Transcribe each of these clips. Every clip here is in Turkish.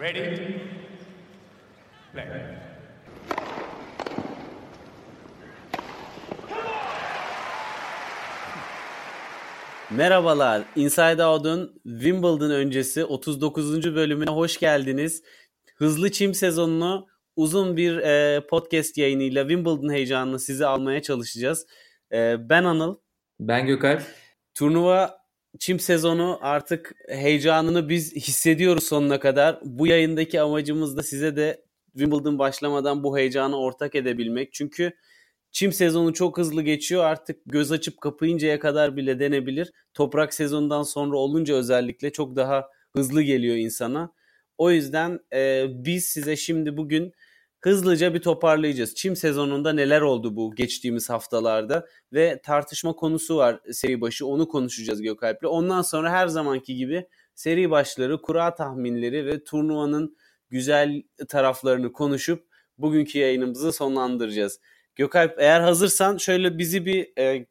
Ready? Play. Merhabalar, Inside Out'un Wimbledon öncesi 39. bölümüne hoş geldiniz. Hızlı çim sezonunu uzun bir podcast yayınıyla Wimbledon heyecanını size almaya çalışacağız. Ben Anıl. Ben Gökalp. Turnuva çim sezonu artık heyecanını biz hissediyoruz sonuna kadar. Bu yayındaki amacımız da size de Wimbledon başlamadan bu heyecanı ortak edebilmek. Çünkü çim sezonu çok hızlı geçiyor. Artık göz açıp kapayıncaya kadar bile denebilir. Toprak sezonundan sonra olunca özellikle çok daha hızlı geliyor insana. O yüzden biz size şimdi bugün hızlıca bir toparlayacağız. Çim sezonunda neler oldu bu geçtiğimiz haftalarda ve tartışma konusu var seri başı. Onu konuşacağız Gökalp'le. Ondan sonra her zamanki gibi seri başları, kura tahminleri ve turnuvanın güzel taraflarını konuşup bugünkü yayınımızı sonlandıracağız. Gökalp, eğer hazırsan şöyle bizi bir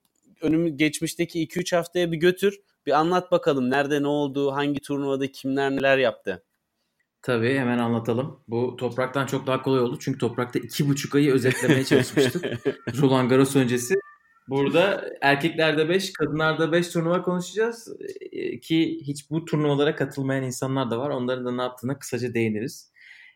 geçmişteki 2-3 haftaya bir götür. Bir anlat bakalım nerede ne oldu, hangi turnuvada kimler neler yaptı. Tabii hemen anlatalım. Bu topraktan çok daha kolay oldu. Çünkü toprakta 2,5 ayı özetlemeye çalışmıştık. Roland Garros öncesi. Burada erkeklerde 5, kadınlarda 5 turnuva konuşacağız. Ki hiç bu turnuvalara katılmayan insanlar da var. Onların da ne yaptığına kısaca değiniriz.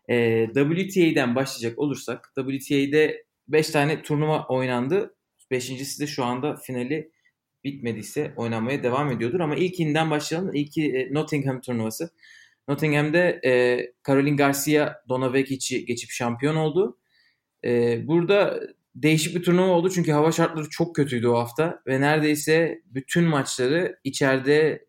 WTA'den başlayacak olursak, WTA'de 5 tane turnuva oynandı. 5.'si de şu anda finali bitmediyse oynanmaya devam ediyordur. Ama ilkinden başlayalım. İlki Nottingham turnuvası. Nottingham'de Caroline Garcia Donna Vekic'i geçip şampiyon oldu. Burada değişik bir turnuva oldu çünkü hava şartları çok kötüydü o hafta ve neredeyse bütün maçları içeride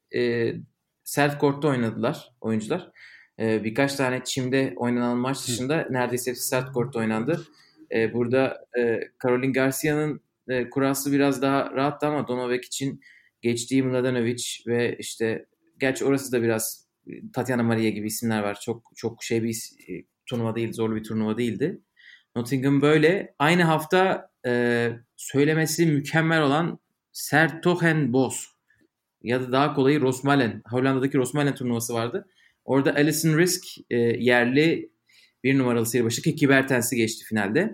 sert kortta oynadılar oyuncular. Birkaç tane çimde oynanan maç dışında neredeyse hepsi sert kortta oynandı. Burada Caroline Garcia'nın kurası biraz daha rahattı ama Donna Vekic'in geçtiği Mladenovic ve işte gerçi orası da biraz Tatiana Maria gibi isimler var. Çok turnuva değil, zorlu bir turnuva değildi. Nottingham böyle. Aynı hafta söylemesi mükemmel olan Sertogenbosch ya da daha kolayı Rosmalen. Hollanda'daki Rosmalen turnuvası vardı. Orada Alison Risk yerli bir numaralı seri başı Kiki Bertens'i geçti finalde.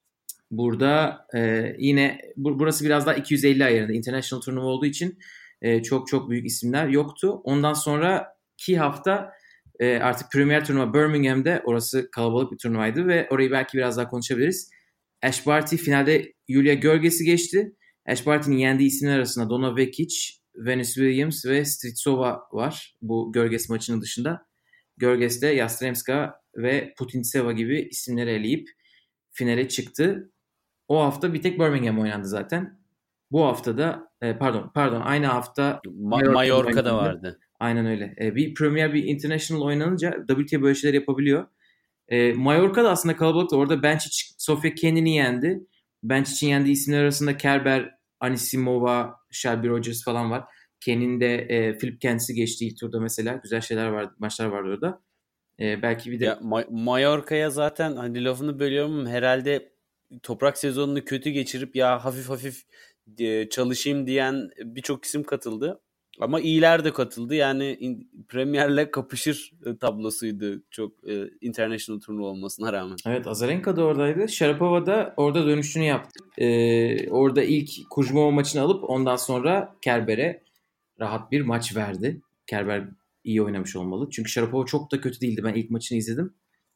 Burada yine burası biraz daha 250 ayarında international turnuva olduğu için çok büyük isimler yoktu. Ondan sonraki hafta artık Premier turnuva Birmingham'de, orası kalabalık bir turnuvaydı ve orayı belki biraz daha konuşabiliriz. Ash Barty finalde Julia Görges'i geçti. Ash Barty'nin yendiği isimler arasında Donna Vekic, Venus Williams ve Stritsova var bu Görges maçının dışında. Görges de Yastremska ve Putintseva gibi isimleri eleyip finale çıktı. O hafta bir tek Birmingham oynandı zaten. Bu hafta da pardon aynı hafta Mallorca'da vardı. Aynen öyle. Bir Premier bir International oynanınca WTA böyle şeyler yapabiliyor. Mallorca'da aslında kalabalıktı. Orada Bencic Sofia Kenin'i yendi. Bencic'in yendiği isimler arasında Kerber, Anisimova, Shelby Rogers falan var. Kenin de Philip Kents'i geçti ilk turda mesela. Güzel şeyler vardı, maçlar vardı orada. Belki bir de... Ya, Mallorca'ya zaten hani lafını bölüyorum ama herhalde toprak sezonunu kötü geçirip ya hafif çalışayım diyen birçok isim katıldı. Ama iyiler de katıldı. Yani Premier'le kapışır tablosuydu çok international turnuva olmasına rağmen. Evet, Azarenka da oradaydı. Sharapova da orada dönüşünü yaptı. Orada ilk Kuzmova maçını alıp ondan sonra Kerber'e rahat bir maç verdi. Kerber iyi oynamış olmalı. Çünkü Sharapova çok da kötü değildi. Ben ilk maçını izledim.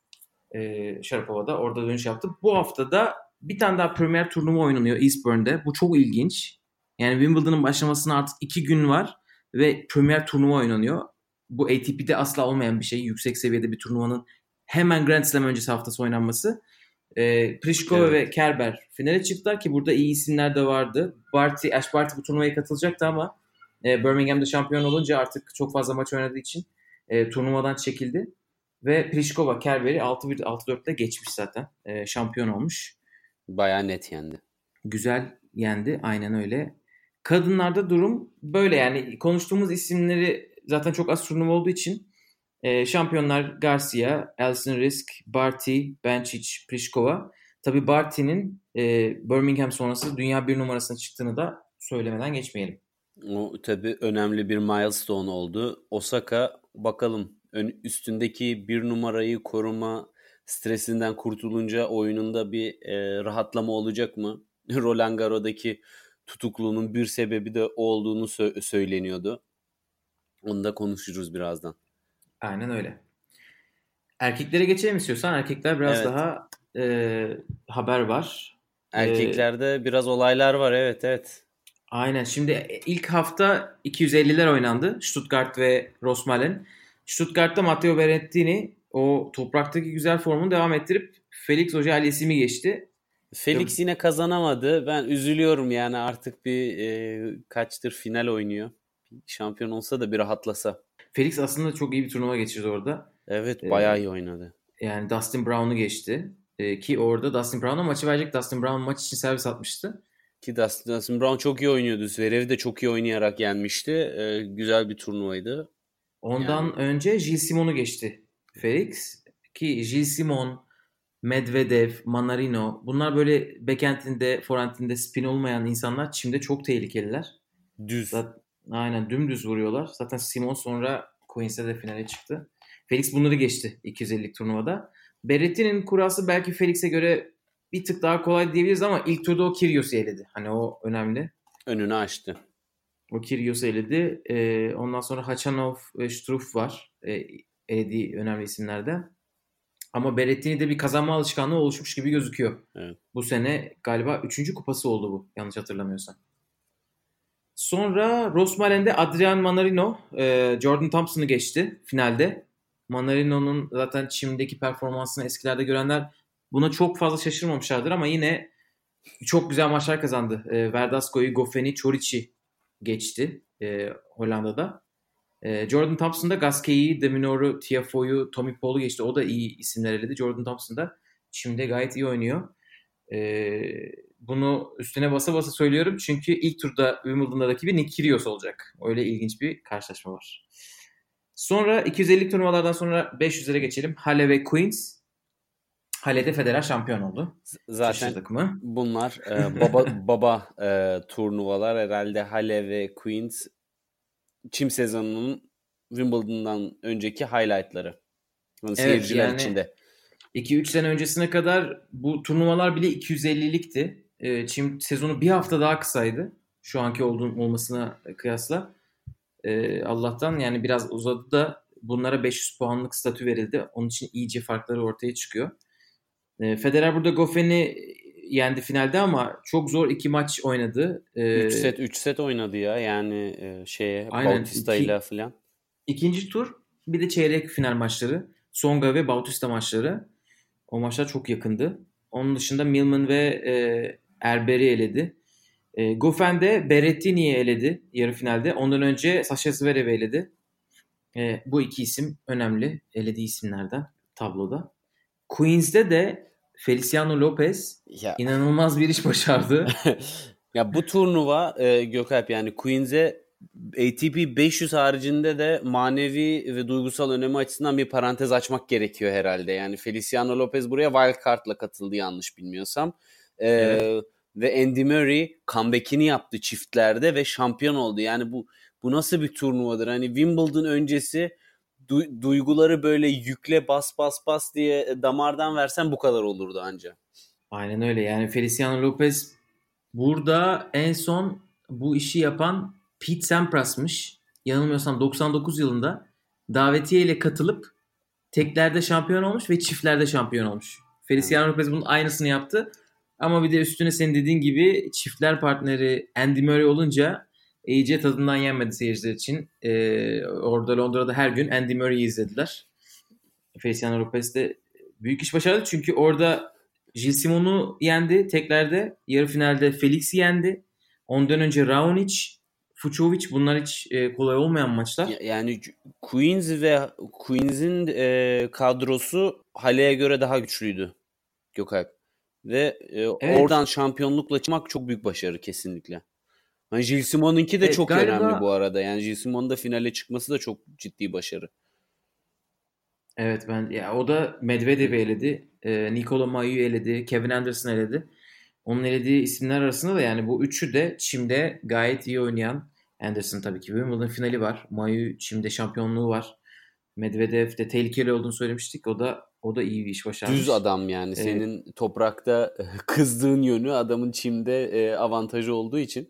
Sharapova da orada dönüş yaptı. Bu hafta da bir tane daha Premier turnuva oynanıyor Eastbourne'de. Bu çok ilginç. Yani Wimbledon'ın başlamasına artık 2 gün var ve Premier turnuva oynanıyor. Bu ATP'de asla olmayan bir şey. Yüksek seviyede bir turnuvanın hemen Grand Slam öncesi haftası oynanması. Pliskova ve Kerber finale çıktılar ki burada iyi isimler de vardı. Ash Barty bu turnuvaya katılacaktı ama Birmingham'da şampiyon olunca artık çok fazla maç oynadığı için turnuvadan çekildi. Ve Pliskova Kerber'i 6-1, 6-4'te geçmiş zaten. Şampiyon olmuş. Bayağı net yendi. Güzel yendi. Aynen öyle. Kadınlarda durum böyle, yani konuştuğumuz isimleri zaten çok az turnuva olduğu için şampiyonlar Garcia, Alison Risk, Barty, Bencic, Pliskova. Tabii Barty'nin Birmingham sonrası dünya bir numarasına çıktığını da söylemeden geçmeyelim. O tabii önemli bir milestone oldu. Osaka bakalım üstündeki bir numarayı koruma stresinden kurtulunca oyununda bir rahatlama olacak mı? Roland Garros'daki tutukluluğunun bir sebebi de o olduğunu söyleniyordu. Onu da konuşuruz birazdan. Aynen öyle. Erkeklere geçelim istiyorsan. Erkekler biraz Evet. daha haber var. Erkeklerde biraz olaylar var. Evet. Aynen. Şimdi ilk hafta 250'ler oynandı. Stuttgart ve Rosmalen. Stuttgart'ta Matteo Berrettini o topraktaki güzel formunu devam ettirip Felix Auger-Aliassime geçti. Felix yine kazanamadı. Ben üzülüyorum yani, artık kaçtır final oynuyor. Şampiyon olsa da bir rahatlasa. Felix aslında çok iyi bir turnuva geçirdi orada. Evet, bayağı iyi oynadı. Yani Dustin Brown'u geçti. Ki orada Dustin Brown'a maçı verecek. Dustin Brown maç için servis atmıştı. Ki Dustin Brown çok iyi oynuyordu. Zverev'i de çok iyi oynayarak yenmişti. Güzel bir turnuvaydı. Ondan önce Gilles Simon'u geçti Felix. Ki Gilles Simon, Medvedev, Manarino, bunlar böyle backend'inde, forehand'inde spin olmayan insanlar çimde çok tehlikeliler. Düz. Aynen dümdüz vuruyorlar. Zaten Simon sonra Queens'e de finale çıktı. Felix bunları geçti 250'lik turnuvada. Berretti'nin kurası belki Felix'e göre bir tık daha kolay diyebiliriz ama ilk turda o Kyrgios'u eledi. Hani o önemli. Önünü açtı. O Kyrgios'u eledi. Ondan sonra Khachanov ve Struff var. Elediği önemli isimlerden. Ama Berrettini'de bir kazanma alışkanlığı oluşmuş gibi gözüküyor. Evet. Bu sene galiba 3. kupası oldu bu. Yanlış hatırlamıyorsam. Sonra Rosmalen'de Adrian Manarino Jordan Thompson'ı geçti finalde. Manarino'nun zaten çimdeki performansını eskilerde görenler buna çok fazla şaşırmamışlardır ama yine çok güzel maçlar kazandı. Verdasco'yu, Goffen'i, Çoriç'i geçti Hollanda'da. Jordan Thompson da Gasquet'i, De Minaur'u, Tiafoe'yu, Tommy Paul'u geçti. O da iyi isimler eledi. Jordan Thompson da şimdi gayet iyi oynuyor. Bunu üstüne basa basa söylüyorum çünkü ilk turda Wimbledon'da rakibi Nick Kyrgios olacak. Öyle ilginç bir karşılaşma var. Sonra 250'lik turnuvalardan sonra 500'lere geçelim. Halle ve Queens. Halle'de Federer şampiyon oldu. Zaten şaşırdık mı? Bunlar baba turnuvalar herhalde. Halle ve Queens çim sezonunun Wimbledon'dan önceki highlightları. Yani seyirciler yani içinde. 2-3 sene öncesine kadar bu turnuvalar bile 250'likti. Çim sezonu bir hafta daha kısaydı. Şu anki olmasına kıyasla. Allah'tan yani biraz uzadı da bunlara 500 puanlık statü verildi. Onun için iyice farkları ortaya çıkıyor. Federer burada Goffen'i yendi finalde ama çok zor 2 maç oynadı. 3 set oynadı ya yani Bautista ile falan. İkinci tur bir de çeyrek final maçları. Tsonga ve Bautista maçları. O maçlar çok yakındı. Onun dışında Millman ve Erber'i eledi. Goffin de Berrettini'yi eledi yarı finalde. Ondan önce Sasha Zverev'i eledi. Bu iki isim önemli. Elediği isimlerden tabloda. Queens'de de Feliciano Lopez inanılmaz bir iş başardı. Ya bu turnuva Gökalp, yani Queens'e ATP 500 haricinde de manevi ve duygusal önemi açısından bir parantez açmak gerekiyor herhalde. Yani Feliciano Lopez buraya wild card'la katıldı yanlış bilmiyorsam. Evet. Ve Andy Murray comeback'ini yaptı çiftlerde ve şampiyon oldu. Yani bu nasıl bir turnuvadır? Hani Wimbledon öncesi duyguları böyle yükle bas diye damardan versen bu kadar olurdu anca. Aynen öyle. Yani Feliciano Lopez burada en son bu işi yapan Pete Sampras'mış. Yanılmıyorsam 99 yılında davetiye ile katılıp teklerde şampiyon olmuş ve çiftlerde şampiyon olmuş. Feliciano Lopez bunun aynısını yaptı. Ama bir de üstüne senin dediğin gibi çiftler partneri Andy Murray olunca iyice tadından yenmedi seyirciler için. Orada Londra'da her gün Andy Murray'i izlediler. Feliciano Lopez de büyük iş başardı çünkü orada Gilles Simon'u yendi teklerde. Yarı finalde Felix'i yendi. Ondan önce Raonic, Fucsovics, bunlar hiç kolay olmayan maçlar. Yani Queens'in kadrosu Halle'ye göre daha güçlüydü Gökalp. Ve evet, oradan şampiyonlukla çıkmak çok büyük başarı kesinlikle. Yani Gilles Simon'unki de çok önemli bu arada. Yani Gilles Simon'un da finale çıkması da çok ciddi başarı. Evet, o da Medvedev'i eledi. Nikola Mayu'yu eledi. Kevin Anderson eledi. Onun elediği isimler arasında da yani bu üçü de çimde gayet iyi oynayan. Anderson tabii ki Wimbledon finali var. Mayu çimde şampiyonluğu var. Medvedev de tehlikeli olduğunu söylemiştik. O da iyi bir iş başarmış. Düz adam yani. Senin toprakta kızdığın yönü adamın çimde avantajı olduğu için.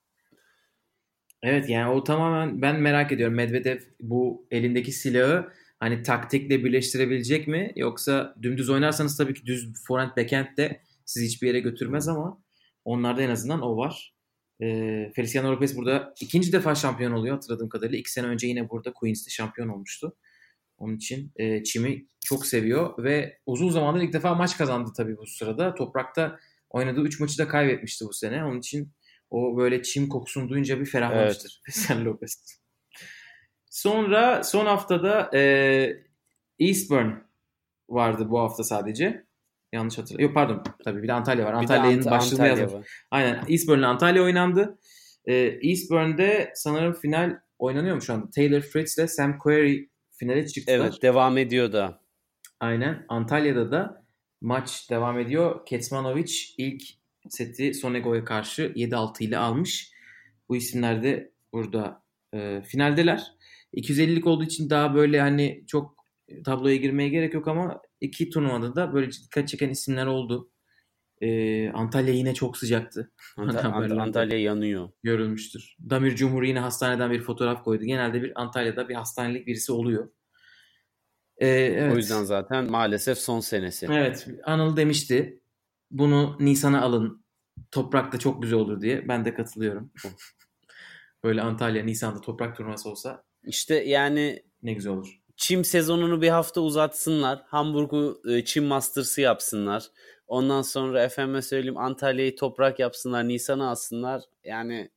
Evet yani o tamamen ben merak ediyorum. Medvedev bu elindeki silahı hani taktikle birleştirebilecek mi? Yoksa dümdüz oynarsanız tabii ki düz forehand backhand de sizi hiçbir yere götürmez ama onlarda en azından o var. Feliciano Lopez burada ikinci defa şampiyon oluyor hatırladığım kadarıyla. 2 sene önce yine burada Queens'te şampiyon olmuştu. Onun için çimi çok seviyor ve uzun zamandır ilk defa maç kazandı tabii bu sırada. Toprakta oynadığı 3 maçı da kaybetmişti bu sene. Onun için o böyle çim kokusunu duyunca bir ferahlamıştır Feliciano Lopez. Sonra son haftada Eastbourne vardı bu hafta sadece. Yanlış hatırlıyorum. Yok pardon. Tabii bir de Antalya var. Antalya'nın başlığını yazdım. Aynen. Eastbourne ile Antalya oynandı. Eastbourne'de sanırım final oynanıyor mu şu anda? Taylor Fritz ile Sam Querrey finale çıktılar. Evet, devam ediyor da. Aynen. Antalya'da da maç devam ediyor. Kecmanovic ilk seti Sonego'ya karşı 7-6 ile almış. Bu isimler de burada finaldeler. 250'lik olduğu için daha böyle hani çok tabloya girmeye gerek yok ama iki turnuvada da böyle dikkat çeken isimler oldu. Antalya yine çok sıcaktı. Antalya yanıyor. Görülmüştür. Damir Cumhur yine hastaneden bir fotoğraf koydu. Genelde bir Antalya'da bir hastanelik birisi oluyor. Evet. O yüzden zaten maalesef son senesi. Evet. Anıl demişti. Bunu Nisan'a alın. Toprakta çok güzel olur diye. Ben de katılıyorum. Böyle Antalya Nisan'da toprak turnuvası olsa İşte yani ne güzel olur. çim sezonunu bir hafta uzatsınlar. Hamburg'u çim Masters'ı yapsınlar. Ondan sonra efendime söyleyeyim Antalya'yı toprak yapsınlar. Nisan'a alsınlar. Yani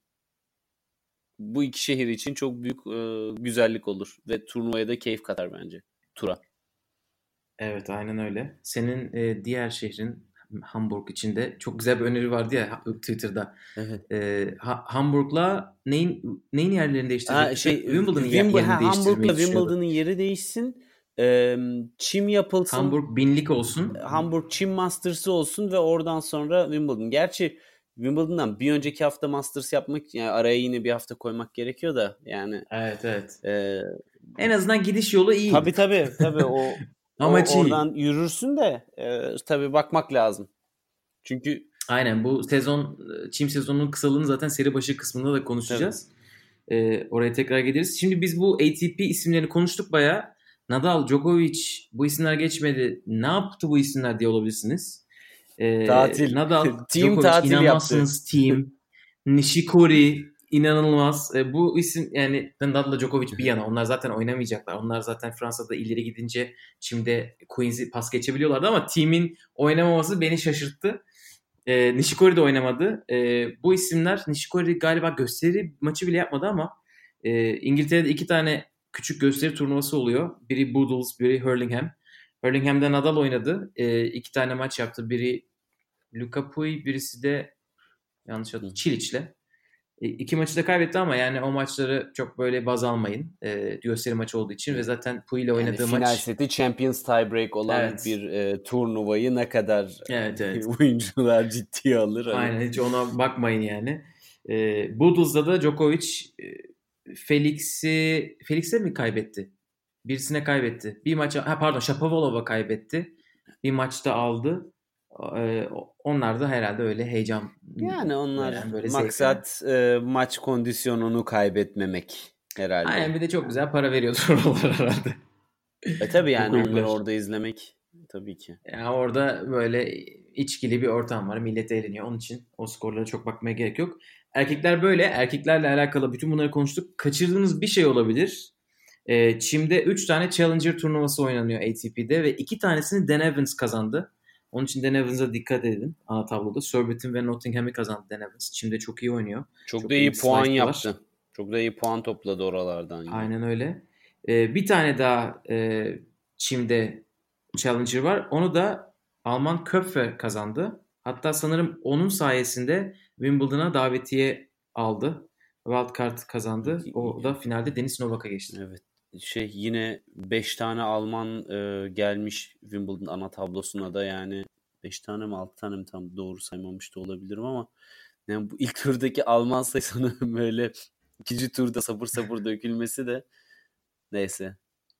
bu iki şehir için çok büyük güzellik olur. Ve turnuvaya da keyif katar bence. Tura. Evet aynen öyle. Senin diğer şehrin Hamburg içinde çok güzel bir öneri vardı ya Twitter'da. Evet. Hamburg'la neyin yerlerini değiştirecek? Wimbledon'ın yerini Hamburg'la değiştirmeyi düşünüyordu. Wimbledon'ın yeri değişsin. Çim yapılsın. Hamburg binlik olsun. Hamburg Çim Masters'ı olsun ve oradan sonra Wimbledon. Gerçi Wimbledon'dan bir önceki hafta Masters yapmak yani araya yine bir hafta koymak gerekiyor da yani. Evet. En azından gidiş yolu iyi. Tabii o Amaç oradan yürürsün de tabii bakmak lazım. Çünkü aynen bu sezon çim sezonunun kısalığını zaten seri başı kısmında da konuşacağız. Oraya tekrar geliriz. Şimdi biz bu ATP isimlerini konuştuk bayağı. Nadal, Djokovic bu isimler geçmedi. Ne yaptı bu isimler diye olabilirsiniz. Tatil. Nadal, Team Djokovic tatil inanmazsınız team. Nishikori inanılmaz. Bu isim yani Nadal'la Djokovic bir yana. Onlar zaten oynamayacaklar. Onlar zaten Fransa'da ileri gidince şimdi Queens'i pas geçebiliyorlardı ama team'in oynamaması beni şaşırttı. Nishikori de oynamadı. Bu isimler Nishikori galiba gösteri maçı bile yapmadı ama İngiltere'de 2 tane küçük gösteri turnuvası oluyor. Biri Boodles, biri Hurlingham. Hurlingham'da Nadal oynadı. 2 tane maç yaptı. Biri Luca Pouille, birisi de yanlış hatırlamıyorum Çiliç'le. 2 maçı da kaybetti ama yani o maçları çok böyle baz almayın. Gösteri maçı olduğu için ve zaten Pouille ile oynadığı yani maç. Final seti Champions Tiebreak olan bir turnuvayı ne kadar oyuncular ciddiye alır. Aynen hiç ona bakmayın yani. Boodles'da da Djokovic Felix'e mi kaybetti? Birisine kaybetti. Bir maça Shapovalov'a kaybetti. Bir maçta aldı. Onlar da herhalde öyle heyecan. Yani onlar böyle maksat maç kondisyonunu kaybetmemek herhalde. Aynen bir de çok güzel para veriyordur oralar herhalde. Tabii yani onları orada izlemek tabii ki. Yani orada böyle içkili bir ortam var. Millet eğleniyor. Onun için o skorlara çok bakmaya gerek yok. Erkekler böyle. Erkeklerle alakalı bütün bunları konuştuk. Kaçırdığınız bir şey olabilir. Çim'de 3 tane Challenger turnuvası oynanıyor ATP'de ve 2 tanesini Dan Evans kazandı. Onun için Dan Evans'a dikkat edin ana tabloda. Surbiton ve Nottingham'i kazandı Dan Evans. Çim'de çok iyi oynuyor. Çok da iyi puan yaptı. Çok da iyi puan topladı oralardan. Yani. Aynen öyle. Bir tane daha Çim'de Challenger var. Onu da Alman Köpfer kazandı. Hatta sanırım onun sayesinde Wimbledon'a davetiye aldı. Wildcard kazandı. O da finalde Denis Novak'a geçti. Evet. Yine 5 tane Alman gelmiş Wimbledon ana tablosuna da yani 5 tane mi 6 tane mi tam doğru saymamış da olabilirim ama yani bu ilk turdaki Alman sayısının böyle ikinci turda sabır dökülmesi de neyse.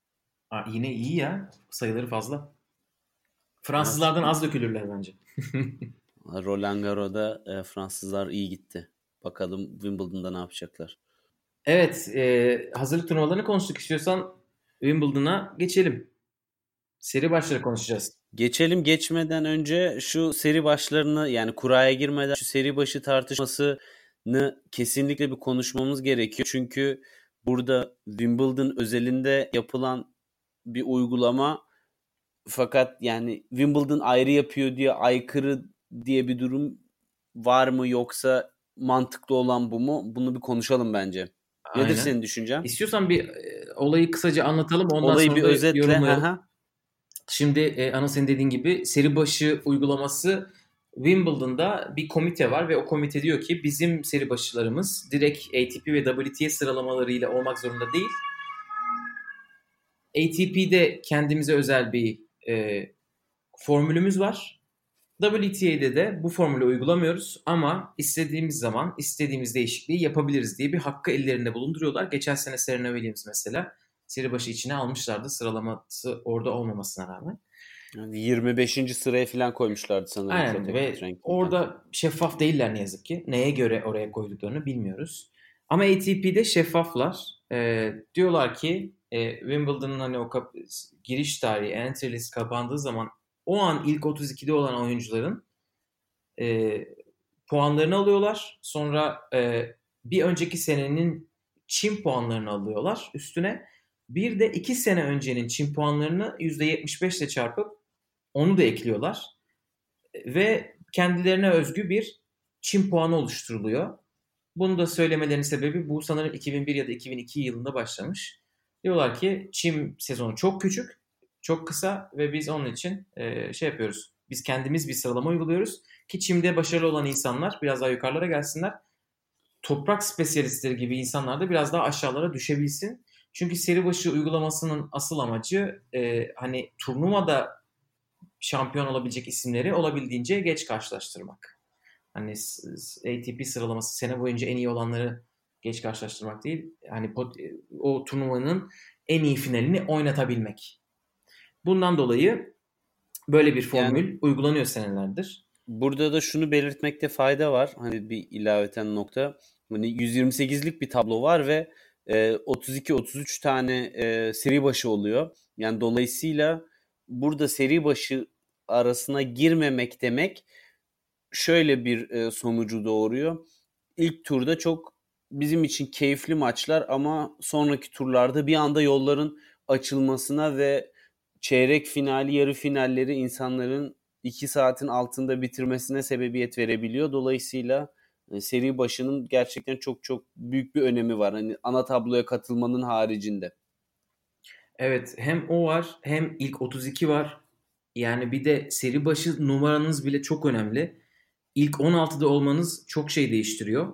Yine iyi ya. Sayıları fazla. Fransızlardan az dökülürler bence. Roland Garros'da Fransızlar iyi gitti. Bakalım Wimbledon'da ne yapacaklar. Evet. Hazırlık turnuvalarını konuştuk. İstiyorsan Wimbledon'a geçelim. Seri başları konuşacağız. Geçelim, geçmeden önce şu seri başlarını, yani kuraya girmeden şu seri başı tartışmasını kesinlikle bir konuşmamız gerekiyor. Çünkü burada Wimbledon özelinde yapılan bir uygulama, fakat yani Wimbledon ayrı yapıyor diye aykırı diye bir durum var mı, yoksa mantıklı olan bu mu? Bunu bir konuşalım bence. Nedir Aynen. senin düşüncen? İstiyorsan bir olayı kısaca anlatalım. Ondan Olayı sonra bir da özetle. yorumlayalım. Aha. Şimdi Anıl senin dediğin gibi seri başı uygulaması, Wimbledon'da bir komite var ve o komite diyor ki bizim seri başılarımız direkt ATP ve WTA sıralamalarıyla olmak zorunda değil. ATP'de kendimize özel bir formülümüz var. WTA'de de bu formülü uygulamıyoruz ama istediğimiz zaman istediğimiz değişikliği yapabiliriz diye bir hakkı ellerinde bulunduruyorlar. Geçen sene Serena Williams mesela seri başı içine almışlardı, sıralaması orada olmamasına rağmen. Yani 25. sıraya falan koymuşlardı sanırım. Aynen ve orada şeffaf değiller ne yazık ki. Neye göre oraya koyduklarını bilmiyoruz. Ama ATP'de şeffaflar. Diyorlar ki Wimbledon'ın hani o giriş tarihi, entry list kapandığı zaman o an ilk 32'de olan oyuncuların puanlarını alıyorlar. Sonra bir önceki senenin çim puanlarını alıyorlar üstüne. Bir de 2 sene öncenin çim puanlarını %75 ile çarpıp onu da ekliyorlar. Ve kendilerine özgü bir çim puanı oluşturuluyor. Bunu da söylemelerinin sebebi bu sanırım 2001 ya da 2002 yılında başlamış. Diyorlar ki çim sezonu çok küçük, çok kısa ve biz onun için şey yapıyoruz. Biz kendimiz bir sıralama uyguluyoruz ki çimde başarılı olan insanlar biraz daha yukarılara gelsinler. Toprak spesyalistleri gibi insanlar da biraz daha aşağılara düşebilsin. Çünkü seri başı uygulamasının asıl amacı hani turnuvada şampiyon olabilecek isimleri olabildiğince geç karşılaştırmak. Hani ATP sıralaması sene boyunca en iyi olanları geç karşılaştırmak değil. Hani o turnuvanın en iyi finalini oynatabilmek. Bundan dolayı böyle bir formül yani, uygulanıyor senelerdir. Burada da şunu belirtmekte fayda var. Hani bir ilaveten nokta. Hani 128'lik bir tablo var ve 32-33 tane seri başı oluyor. Yani dolayısıyla burada seri başı arasına girmemek demek şöyle bir sonucu doğuruyor. İlk turda çok bizim için keyifli maçlar ama sonraki turlarda bir anda yolların açılmasına ve çeyrek finali, yarı finalleri insanların 2 saatin altında bitirmesine sebebiyet verebiliyor. Dolayısıyla seri başının gerçekten çok çok büyük bir önemi var. Hani ana tabloya katılmanın haricinde. Evet, hem o var hem ilk 32 var. Yani bir de seri başı numaranız bile çok önemli. İlk 16'da olmanız çok şey değiştiriyor.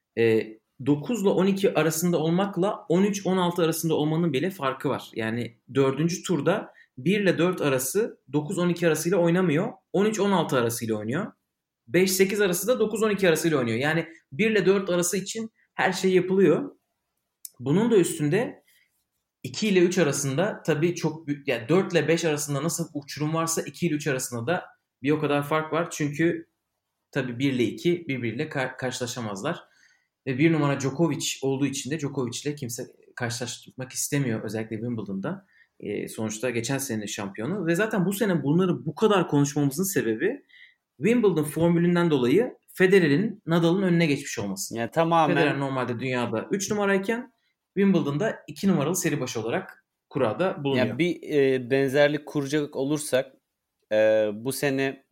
9 ile 12 arasında olmakla 13-16 arasında olmanın bile farkı var. Yani 4. turda 1 ile 4 arası 9-12 arasıyla oynamıyor. 13-16 arasıyla oynuyor. 5-8 arası da 9-12 arasıyla oynuyor. Yani 1 ile 4 arası için her şey yapılıyor. Bunun da üstünde 2 ile 3 arasında tabii çok büyük, yani 4 ile 5 arasında nasıl uçurum varsa 2 ile 3 arasında da bir o kadar fark var. Çünkü tabii 1 ile 2 birbiriyle karşılaşamazlar. Ve bir numara Djokovic olduğu için de Djokovic ile kimse karşılaştırmak istemiyor. Özellikle Wimbledon'da. Sonuçta geçen senenin şampiyonu. Ve zaten bu sene bunları bu kadar konuşmamızın sebebi Wimbledon formülünden dolayı Federer'in Nadal'ın önüne geçmiş olması. Yani tamamen... Federer normalde dünyada 3 numarayken Wimbledon'da 2 numaralı seri başı olarak kurada bulunuyor. Yani bir benzerlik kuracak olursak bu sene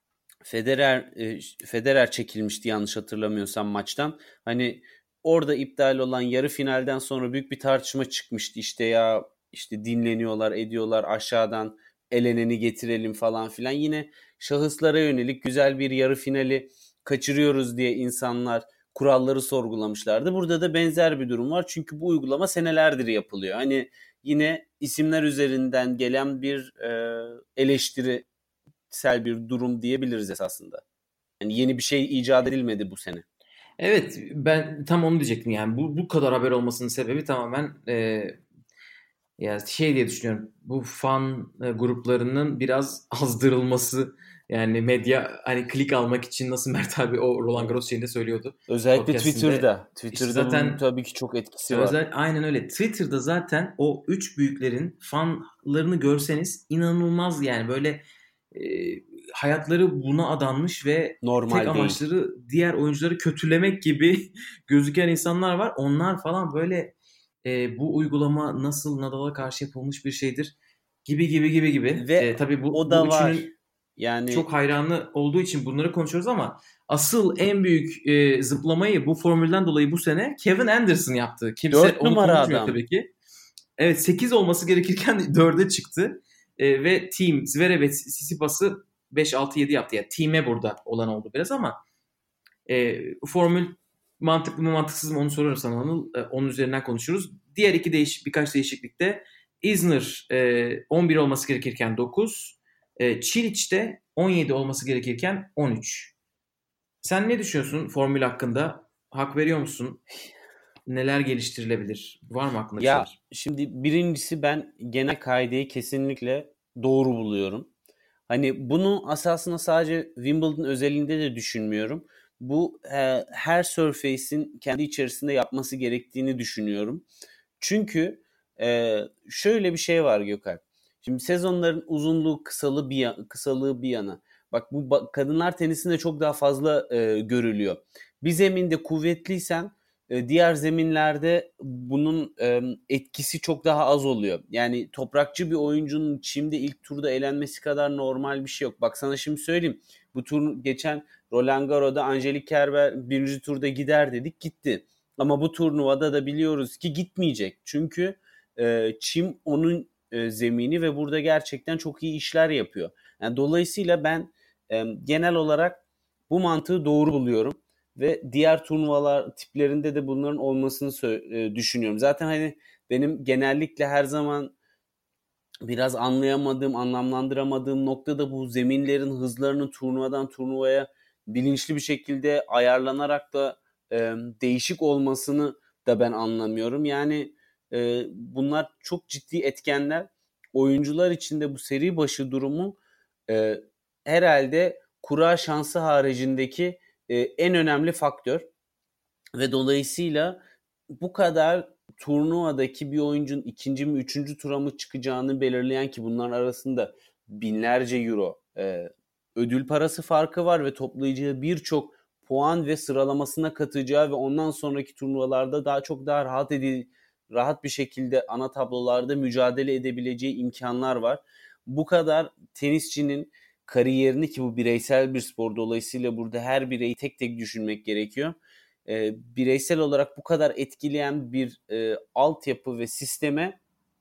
Federer çekilmişti yanlış hatırlamıyorsam maçtan. Hani orada iptal olan yarı finalden sonra büyük bir tartışma çıkmıştı. İşte ya işte dinleniyorlar, ediyorlar, aşağıdan eleneni getirelim falan filan. Yine şahıslara yönelik güzel bir yarı finali kaçırıyoruz diye insanlar kuralları sorgulamışlardı. Burada da benzer bir durum var. Çünkü bu uygulama senelerdir yapılıyor. Hani yine isimler üzerinden gelen bir eleştirisel bir durum diyebiliriz esasında. Yani yeni bir şey icat edilmedi bu sene. Evet, ben tam onu diyecektim. Yani bu kadar haber olmasının sebebi tamamen Ya şey diye düşünüyorum. Bu fan gruplarının biraz azdırılması, yani medya hani klik almak için, nasıl Mert abi o Roland Evet. Garros şeyinde söylüyordu Özellikle podcast'inde. Twitter'da. İşte Twitter'da bunun zaten tabii ki çok etkisi var. aynen öyle. Twitter'da zaten o üç büyüklerin fanlarını görseniz inanılmaz, yani böyle e, hayatları buna adanmış ve tek Normal değil. amaçları diğer oyuncuları kötülemek gibi gözüken insanlar var. Onlar falan böyle bu uygulama nasıl Nadal'a karşı yapılmış bir şeydir gibi gibi gibi gibi. Ve Tabii o bu da var. üçünün çok Yani hayranı olduğu için bunları konuşuyoruz ama asıl en büyük zıplamayı bu formülden dolayı bu sene Kevin Anderson yaptı. Kimse 4 onu numara konuşmuyor adam. tabii ki. Evet, 8 olması gerekirken 4'e çıktı. Ve Team Zverev ve Tsitsipas'ı 5-6-7 yaptı. Yani team'e burada olan oldu biraz ama formül mantıklı mı mantıksız mı onu sorarım sana Anıl. Onun üzerinden konuşuruz. Diğer birkaç değişiklikte Isner 11 olması gerekirken 9. Çiliç'te 17 olması gerekirken 13. Sen ne düşünüyorsun formül hakkında? Hak veriyor musun? Neler geliştirilebilir? Var mı aklında bir ya şeyler? şimdi birincisi ben genel kaideyi kesinlikle doğru buluyorum. Hani bunu asasında sadece Wimbledon özelinde de düşünmüyorum. Bu her surface'in kendi içerisinde yapması gerektiğini düşünüyorum. Çünkü şöyle bir şey var Gökhan. Şimdi sezonların uzunluğu kısalığı bir yana. Bak bu kadınlar tenisinde çok daha fazla görülüyor. Bir zeminde kuvvetliysen diğer zeminlerde bunun etkisi çok daha az oluyor. Yani toprakçı bir oyuncunun çimde ilk turda elenmesi kadar normal bir şey yok. Bak sana şimdi söyleyeyim. Bu tur geçen Roland Garros'da Angelique Kerber birinci turda gider dedik, gitti. Ama bu turnuvada da biliyoruz ki gitmeyecek. Çünkü çim onun zemini ve burada gerçekten çok iyi işler yapıyor. Yani dolayısıyla ben genel olarak bu mantığı doğru buluyorum ve diğer turnuvalar tiplerinde de bunların olmasını düşünüyorum. Zaten hani benim genellikle her zaman biraz anlayamadığım, anlamlandıramadığım nokta da bu zeminlerin hızlarının turnuvadan turnuvaya bilinçli bir şekilde ayarlanarak da değişik olmasını da ben anlamıyorum. Yani bunlar çok ciddi etkenler. Oyuncular için de bu seri başı durumu e, herhalde kura şansı haricindeki en önemli faktör. Ve dolayısıyla bu kadar turnuvadaki bir oyuncunun ikinci mi üçüncü tura mı çıkacağını belirleyen, ki bunların arasında binlerce euro ödül parası farkı var ve toplayacağı birçok puan ve sıralamasına katacağı ve ondan sonraki turnuvalarda daha rahat bir şekilde ana tablolarda mücadele edebileceği imkanlar var. Bu kadar tenisçinin kariyerini, ki bu bireysel bir spor dolayısıyla burada her bireyi tek tek düşünmek gerekiyor, bireysel olarak bu kadar etkileyen bir altyapı ve sisteme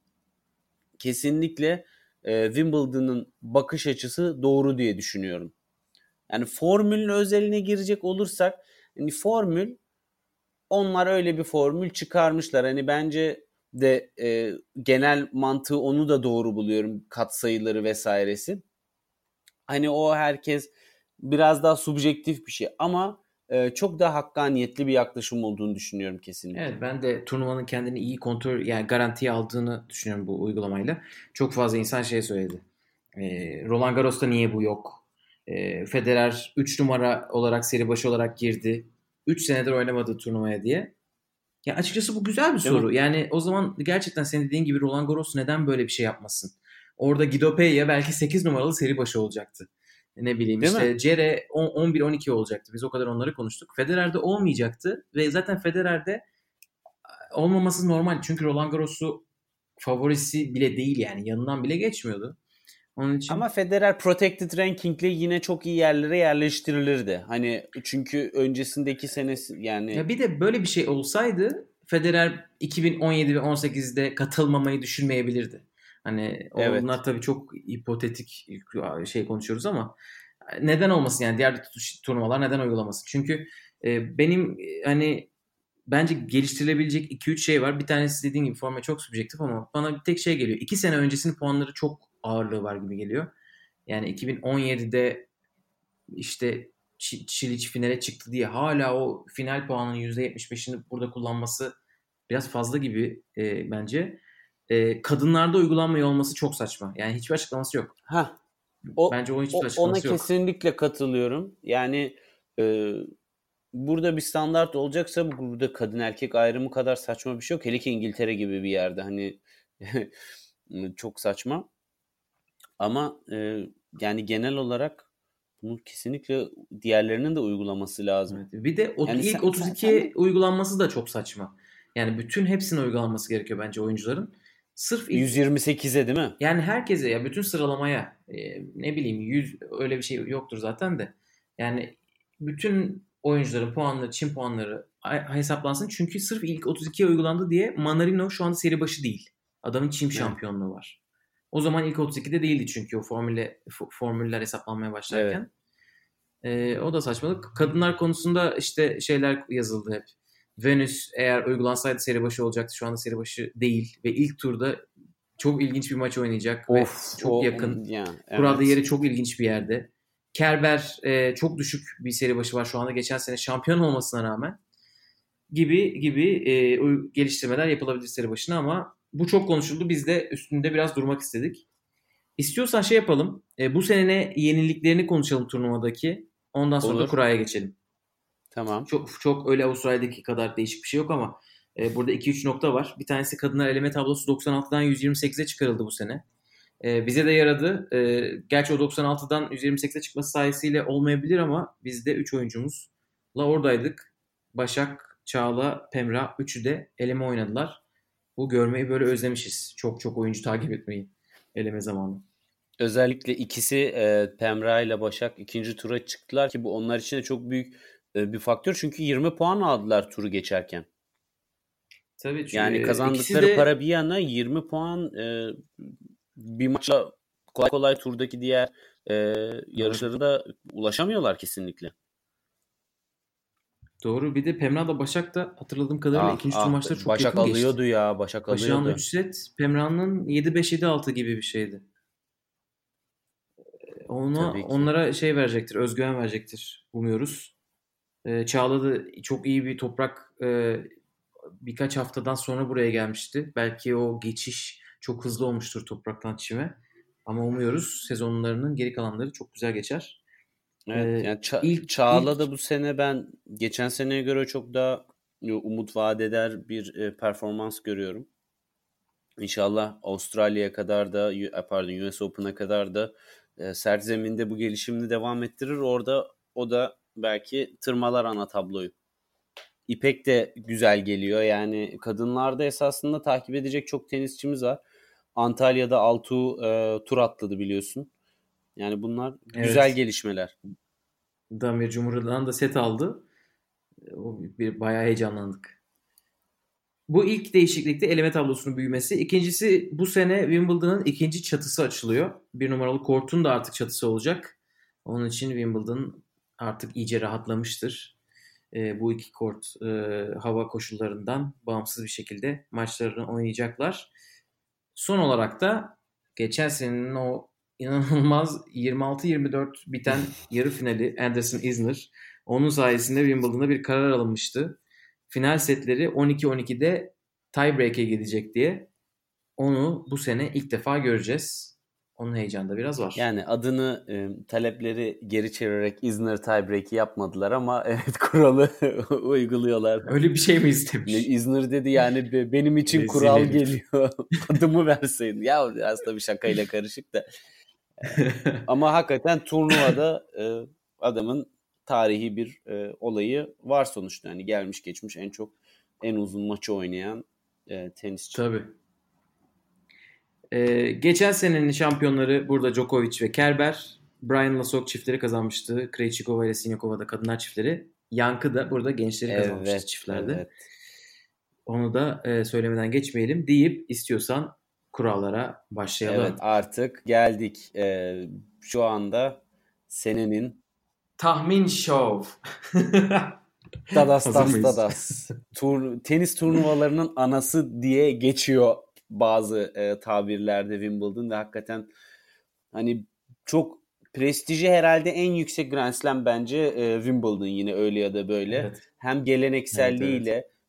kesinlikle Wimbledon'ın bakış açısı doğru diye düşünüyorum. Yani formülün özeline girecek olursak, hani formül, onlar öyle bir formül çıkarmışlar. Hani bence de genel mantığı onu da doğru buluyorum, katsayıları vesairesi. Hani o herkes biraz daha subjektif bir şey ama çok daha hakkaniyetli bir yaklaşım olduğunu düşünüyorum Evet, kesinlikle. ben de turnuvanın kendini iyi kontrol, yani garantiye aldığını düşünüyorum bu uygulamayla. Çok fazla insan şey söyledi. Roland Garros'ta niye bu yok? Federer 3 numara olarak seri başı olarak girdi. 3 senedir oynamadı turnuvaya diye. Ya açıkçası bu güzel bir Değil mi? soru. Yani o zaman gerçekten senin dediğin gibi Roland Garros neden böyle bir şey yapmasın? Orada Guido Pella belki 8 numaralı seri başı olacaktı. Ne bileyim Değil mi? işte Cere 11-12 olacaktı. Biz o kadar onları konuştuk. Federer'de olmayacaktı ve zaten Federer'de olmaması normal. Çünkü Roland Garros'u favorisi bile değil, yani yanından bile geçmiyordu. Onun Ama için Federer Protected Ranking'le yine çok iyi yerlere yerleştirilirdi. Hani çünkü öncesindeki senesi ya yani, bir de böyle bir şey olsaydı Federer 2017 ve 18'de katılmamayı düşünmeyebilirdi. Hani onlar evet. tabii çok hipotetik şey konuşuyoruz ama neden olmasın, yani diğer turnuvalar neden uygulamasın? Çünkü benim hani bence geliştirilebilecek 2-3 şey var. Bir tanesi dediğim gibi forma çok subjektif ama bana bir tek şey geliyor. 2 sene öncesinin puanları çok ağırlığı var gibi geliyor. Yani 2017'de işte Çiliç finale çıktı diye hala o final puanının %75'ini burada kullanması biraz fazla gibi bence. kadınlarda uygulanmıyor olması çok saçma. Yani hiçbir açıklaması yok. Bence onun hiçbir açıklaması ona yok. kesinlikle katılıyorum. Yani burada bir standart olacaksa burada kadın erkek ayrımı kadar saçma bir şey yok. Hele ki İngiltere gibi bir yerde hani çok saçma. Ama yani genel olarak bunu kesinlikle diğerlerinin de uygulaması lazım. Evet. Bir de Yani ilk 32 uygulanması da çok saçma. Yani bütün hepsine uygulanması gerekiyor bence oyuncuların. Sırf 128'e değil mi? Yani herkese ya bütün sıralamaya ne bileyim 100 öyle bir şey yoktur zaten de. Yani bütün oyuncuların puanları, çim puanları hesaplansın. Çünkü sırf ilk 32'ye uygulandı diye Manarino şu anda seri başı değil. Adamın çim şampiyonluğu var. O zaman ilk 32'de değildi çünkü o formüller hesaplanmaya başlarken. Evet. O da saçmalık. Kadınlar konusunda işte şeyler yazıldı hep. Venus eğer uygulansaydı seri başı olacaktı. Şu anda seri başı değil. Ve ilk turda çok ilginç bir maç oynayacak. Ve çok yakın. Kurada yeri çok ilginç bir yerde. Kerber çok düşük bir seri başı var şu anda. Geçen sene şampiyon olmasına rağmen. Gibi geliştirmeler yapılabilir seri başına ama bu çok konuşuldu. Biz de üstünde biraz durmak istedik. İstiyorsan şey yapalım. Bu sene yeniliklerini konuşalım turnuvadaki. Ondan sonra da kuraya geçelim. Tamam. Çok öyle Avustralya'daki kadar değişik bir şey yok ama burada 2-3 nokta var. Bir tanesi kadınlar eleme tablosu 96'dan 128'e çıkarıldı bu sene. Bize de yaradı. Gerçi o 96'dan 128'e çıkması sayesinde olmayabilir ama biz de 3 oyuncumuzla oradaydık. Başak, Çağla, Pemra üçü de eleme oynadılar. Bu görmeyi böyle özlemişiz. Çok oyuncu takip etmeyi eleme zamanı. Özellikle ikisi Pemra ile Başak ikinci tura çıktılar ki bu onlar için de çok büyük bir faktör. Çünkü 20 puan aldılar turu geçerken. Tabii. Yani kazandıkları para bir yana 20 puan bir maçla kolay kolay turdaki diğer yarışlara da ulaşamıyorlar kesinlikle. Doğru. Bir de Pemra da Başak da hatırladığım kadarıyla ikinci tur maçları çok Başak yakın alıyordu geçti. ya. Başak alıyordu. Başak'ın 3 set, Pemra'nın 7-5 7-6 gibi bir şeydi. Onlara şey verecektir, özgüven verecektir umuyoruz. Çağla da çok iyi bir toprak birkaç haftadan sonra buraya gelmişti. Belki o geçiş çok hızlı olmuştur topraktan çime. Ama umuyoruz sezonlarının geri kalanları çok güzel geçer. Evet, yani Çağla da bu sene ben geçen seneye göre çok daha umut vaat eder bir performans görüyorum. İnşallah Avustralya'ya kadar da US Open'a kadar da sert zeminde bu gelişimini devam ettirir. Orada o da belki tırmalar ana tabloyu. İpek de güzel geliyor. Yani kadınlarda esasında takip edecek çok tenisçimiz var. Antalya'da Altuğ tur atladı biliyorsun. Yani bunlar güzel gelişmeler. Damir Cumhur'dan da set aldı. Bayağı heyecanlandık. Bu ilk değişiklikte eleme tablosunun büyümesi. İkincisi bu sene Wimbledon'ın ikinci çatısı açılıyor. Bir numaralı kortun da artık çatısı olacak. Onun için Wimbledon artık iyice rahatlamıştır. Bu iki kort hava koşullarından bağımsız bir şekilde maçlarını oynayacaklar. Son olarak da geçen senenin o inanılmaz 26-24 biten yarı finali Anderson Isner. Onun sayesinde Wimbledon'da bir karar alınmıştı. Final setleri 12-12'de tiebreak'e gidecek diye. Onu bu sene ilk defa göreceğiz. Onun heyecanı da biraz var. Yani adını talepleri geri çevirerek Isner tiebreak'i yapmadılar ama evet kuralı uyguluyorlar. Öyle bir şey mi istemiş? Isner dedi yani benim için kural geliyor. Adımı verseydin. Ya aslında bir şakayla karışık da. Ama hakikaten turnuvada adamın tarihi bir olayı var sonuçta. Yani gelmiş geçmiş en uzun maçı oynayan tenisçi. Tabii. Geçen senenin şampiyonları burada Djokovic ve Kerber. Brian Lasok çiftleri kazanmıştı. Krejcikova ile Siniakova da kadınlar çiftleri. Yankı da burada gençleri kazanmıştı çiftlerde. Evet. Onu da söylemeden geçmeyelim deyip istiyorsan kurallara başlayalım. Evet artık geldik. Şu anda senenin tahmin show. Dadas. Tenis turnuvalarının anası diye geçiyor bazı tabirlerde Wimbledon ve hakikaten hani çok prestiji herhalde en yüksek Grand Slam bence Wimbledon yine öyle ya da böyle. Evet. Hem gelenekselliğiyle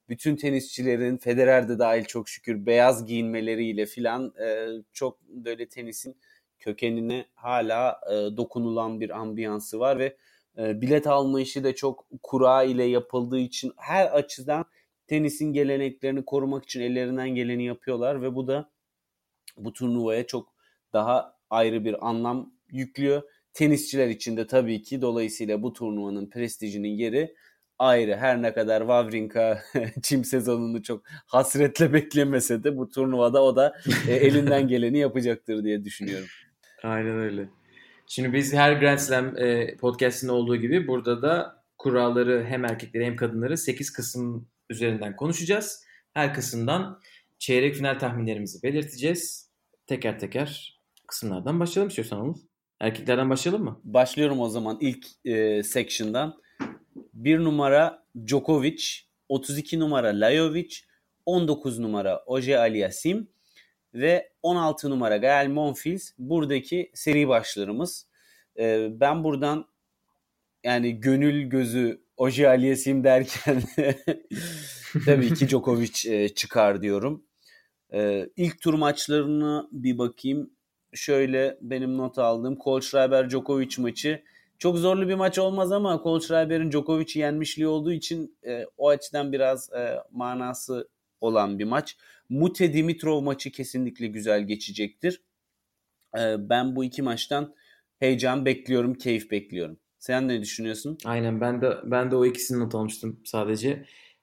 bütün tenisçilerin, Federer de dahil çok şükür, beyaz giyinmeleriyle filan çok böyle tenisin kökenine hala dokunulan bir ambiyansı var ve bilet alma işi de çok kura ile yapıldığı için her açıdan tenisin geleneklerini korumak için ellerinden geleni yapıyorlar ve bu da bu turnuvaya çok daha ayrı bir anlam yüklüyor. Tenisçiler için de tabii ki dolayısıyla bu turnuvanın prestijinin yeri ayrı. Her ne kadar Wawrinka çim sezonunu çok hasretle beklemese de bu turnuvada o da elinden geleni yapacaktır diye düşünüyorum. Aynen öyle. Şimdi biz her Grand Slam podcast'inde olduğu gibi burada da kuralları hem erkekleri hem kadınları 8 kısım üzerinden konuşacağız. Her kısımdan çeyrek final tahminlerimizi belirteceğiz. Teker teker kısımlardan başlayalım istiyorsan Anıl. Erkeklerden başlayalım mı? Başlıyorum o zaman ilk section'dan. 1 numara Djokovic, 32 numara Lajovic, 19 numara Oje Aliassim ve 16 numara Gael Monfils buradaki seri başlarımız. Ben buradan yani gönül gözü Oje Aliassim derken tabii ki Djokovic çıkar diyorum. İlk tur maçlarına bir bakayım. Şöyle benim not aldığım Kohlschreiber-Djokovic maçı. Çok zorlu bir maç olmaz ama Kohlschreiber'in Djokovic'i yenmişliği olduğu için o açıdan biraz manası olan bir maç. Mute-Dimitrov maçı kesinlikle güzel geçecektir. Ben bu iki maçtan heyecan bekliyorum, keyif bekliyorum. Sen ne düşünüyorsun? Aynen ben de o ikisini not almıştım sadece.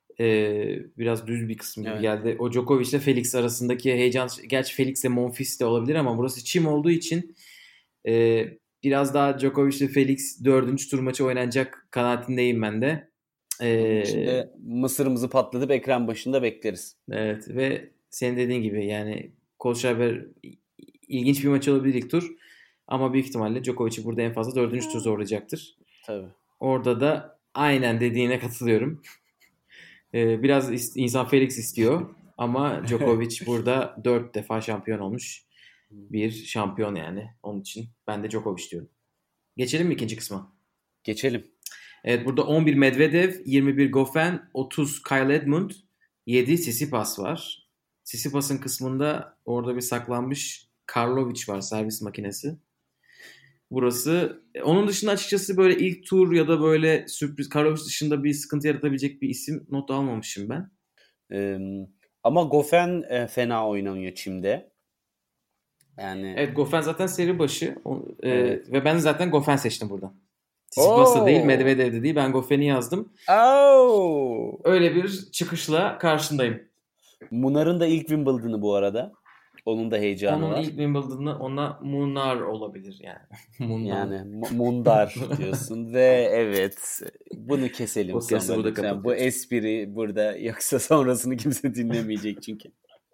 Biraz düz bir kısım gibi geldi. O Djokovic ile Felix arasındaki heyecan, gerçi Felix de Monfils de olabilir ama burası çim olduğu için biraz daha Djokovic ile Felix 4. tur maçı oynanacak kanaatindeyim ben de. İşte mısırımızı patlatıp ekran başında bekleriz. Evet ve senin dediğin gibi yani Kohlschreiber ilginç bir maç olabilir ilk tur. Ama büyük ihtimalle Djokovic'i burada en fazla 4. tur zorlayacaktır. Tabii. Orada da aynen dediğine katılıyorum. Biraz insan Felix istiyor ama Djokovic burada 4 defa şampiyon olmuş bir şampiyon yani. Onun için ben de Djokovic diyorum. Geçelim mi ikinci kısma? Geçelim. Evet burada 11 Medvedev, 21 Goffin, 30 Kyle Edmund, 7 Tsitsipas var. Tsitsipas'ın kısmında orada bir saklanmış Karlovic var, servis makinesi. Burası onun dışında açıkçası böyle ilk tur ya da böyle sürpriz Karlovic dışında bir sıkıntı yaratabilecek bir isim not almamışım ben. Ama Goffin fena oynamıyor çimde. Yani Evet Goffin zaten seri başı Evet. ve ben zaten Goffin seçtim buradan. Tsitsipas'ta değil, Medvedev'de değil. Ben Goffin'i yazdım. Öyle bir çıkışla karşındayım. Munar'ın da ilk Wimbledon'ı bu arada. Onun da heyecanı var. Onun ilk Wimbledon'ı ona Munar olabilir yani. Munar. Yani Mundar diyorsun ve evet bunu keselim Podcast'ı sonra burada lütfen. Bu kapatıyoruz. espri burada yoksa sonrasını kimse dinlemeyecek çünkü.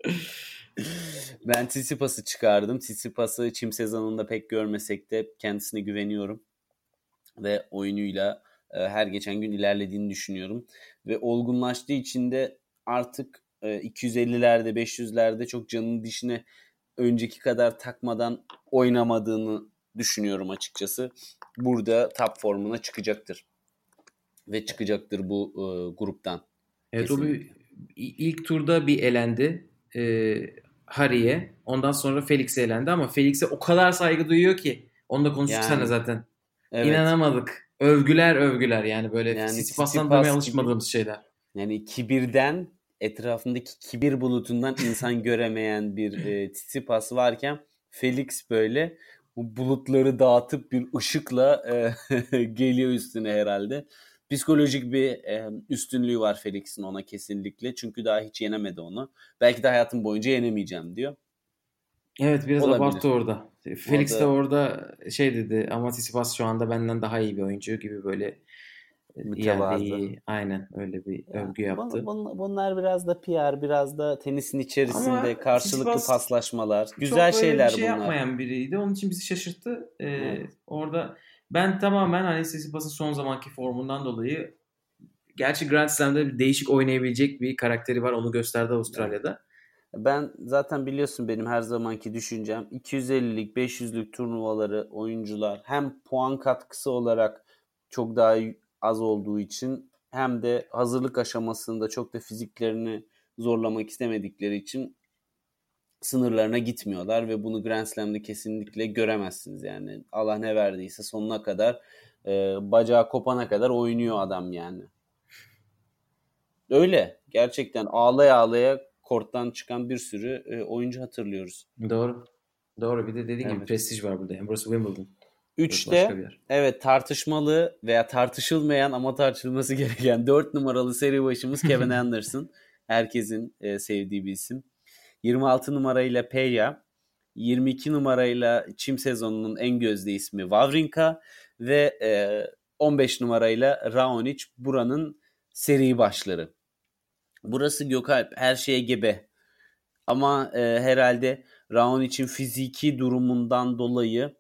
Ben Tsitsipas'ı çıkardım. Tsitsipas'ı çim sezonunda pek görmesek de kendisine güveniyorum. Ve oyunuyla her geçen gün ilerlediğini düşünüyorum. Ve olgunlaştığı için de artık 250'lerde 500'lerde çok canının dişine önceki kadar takmadan oynamadığını düşünüyorum açıkçası. Burada top formuna çıkacaktır. Ve çıkacaktır bu gruptan. Evet Kesinlikle. o ilk turda bir elendi. Harry'e. Ondan sonra Felix'e elendi ama Felix'e o kadar saygı duyuyor ki. Onu da konuştuk Yani, sana zaten. Evet. İnanamadık. Övgüler yani böyle Yani Tsitsipas'tan duymaya alışmadığımız şeyler. Yani kibirden, etrafındaki kibir bulutundan insan göremeyen bir Tsitsipas varken Felix böyle bu bulutları dağıtıp bir ışıkla geliyor üstüne herhalde. Psikolojik bir üstünlüğü var Felix'in ona kesinlikle. Çünkü daha hiç yenemedi onu. Belki de hayatım boyunca yenemeyeceğim diyor. Evet biraz Olabilir. abarttı orada. Felix de orada şey dedi ama Tsitsipas şu anda benden daha iyi bir oyuncu gibi böyle Mütevazı. Aynen öyle bir övgü yaptı. Bunlar biraz da PR, biraz da tenisin içerisinde Ama karşılıklı Tsitsipas paslaşmalar. Güzel çok şeyler bir şey bunlar. yapmayan biriydi. Onun için bizi şaşırttı. Evet. Orada ben tamamen hani Tsitsipas'ın son zamanki formundan dolayı gerçi Grand Slam'da bir değişik oynayabilecek bir karakteri var. Onu gösterdi Avustralya'da. Ben zaten biliyorsun benim her zamanki düşüncem 250'lik 500'lük turnuvaları oyuncular hem puan katkısı olarak çok daha az olduğu için hem de hazırlık aşamasında çok da fiziklerini zorlamak istemedikleri için sınırlarına gitmiyorlar ve bunu Grand Slam'de kesinlikle göremezsiniz yani. Allah ne verdiyse sonuna kadar bacağı kopana kadar oynuyor adam yani. Öyle. Gerçekten ağlaya ağlaya korttan çıkan bir sürü oyuncu hatırlıyoruz. Doğru. Doğru. Bir de dediğin gibi Evet. prestij var burada. Burası Wimbledon. Burası 3'te evet tartışmalı veya tartışılmayan ama tartışılması gereken 4 numaralı seri başımız Kevin Anderson. Herkesin sevdiği bir isim. 26 numarayla Peya, 22 numarayla çim sezonunun en gözde ismi Wawrinka ve 15 numarayla Raonic buranın seri başları. Burası Gökalp her şeye gebe. Ama herhalde Raonic'in fiziki durumundan dolayı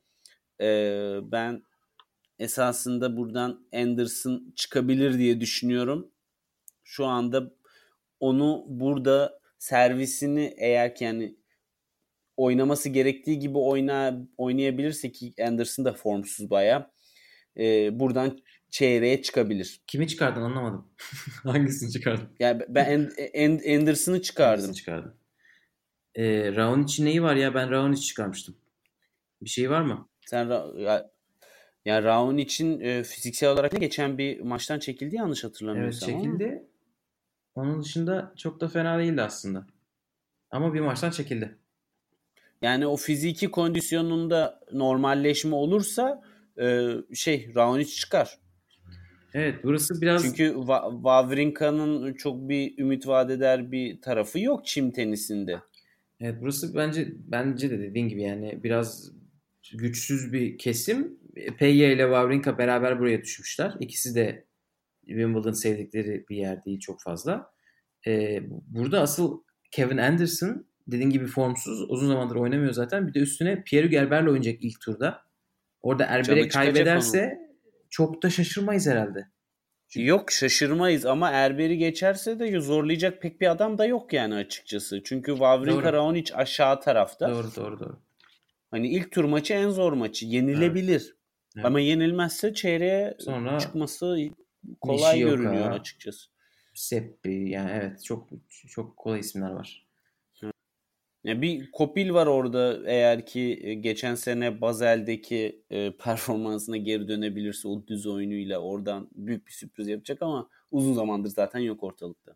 ben esasında buradan Anderson çıkabilir diye düşünüyorum. Şu anda onu burada servisini eğer ki yani oynaması gerektiği gibi oynayabilirse ki Anderson da formsuz baya buradan çeyreğe çıkabilir. Kimi çıkardın anlamadım. Hangisini çıkardın? Yani ben Anderson'ı çıkardım. Hangisini çıkardın? Raonic'in neyi var ya? Ben Raonic çıkarmıştım. Bir şey var mı? Sen yani Raonic'in fiziksel olarak ne geçen bir maçtan çekildi yanlış Evet hatırlamıyorsam. çekildi. Onun dışında çok da fena değildi aslında. Ama bir maçtan çekildi. Yani o fiziki kondisyonunda normalleşme olursa Raonic çıkar. Evet burası biraz... Çünkü Wawrinka'nın çok bir ümit vaat eder bir tarafı yok çim tenisinde. Evet burası bence de dediğin gibi yani biraz güçsüz bir kesim. Peyya ile Wawrinka beraber buraya düşmüşler. İkisi de Wimbledon sevdikleri bir yer değil çok fazla. Burada asıl Kevin Anderson dediğin gibi formsuz. Uzun zamandır oynamıyor zaten. Bir de üstüne Pierre Gerber'le oynayacak ilk turda. Orada Erber'e kaybederse çok da şaşırmayız herhalde. Yok şaşırmayız ama Erber'i geçerse de zorlayacak pek bir adam da yok yani açıkçası. Çünkü Wawrinka Raonic aşağı tarafta. Doğru. Hani ilk tur maçı en zor maçı. Yenilebilir. Evet. Ama yenilmezse çeyreğe sonra çıkması kolay Nishioka, görünüyor açıkçası. Seppi yani evet çok çok kolay isimler var. Yani bir Kopil var orada eğer ki geçen sene Basel'deki performansına geri dönebilirse o düz oyunuyla oradan büyük bir sürpriz yapacak ama uzun zamandır zaten yok ortalıkta.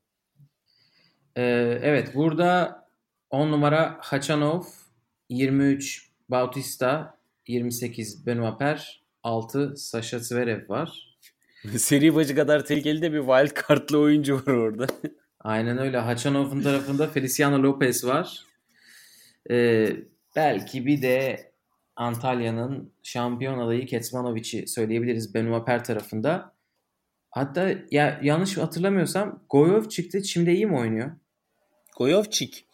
Evet burada 10 numara Khachanov, 23 Bautista, 28 Benoit Paire, 6 Sasha Zverev var. Seri başı kadar tehlikeli de bir wild card'lı oyuncu var orada. Aynen öyle. Khachanov'un tarafında Feliciano Lopez var. Belki bir de Antalya'nın şampiyon adayı Kecmanovic'i söyleyebiliriz Benoit Paire tarafında. Hatta ya yanlış hatırlamıyorsam Goyov çıktı. Şimdi iyi mi oynuyor? Gojovcik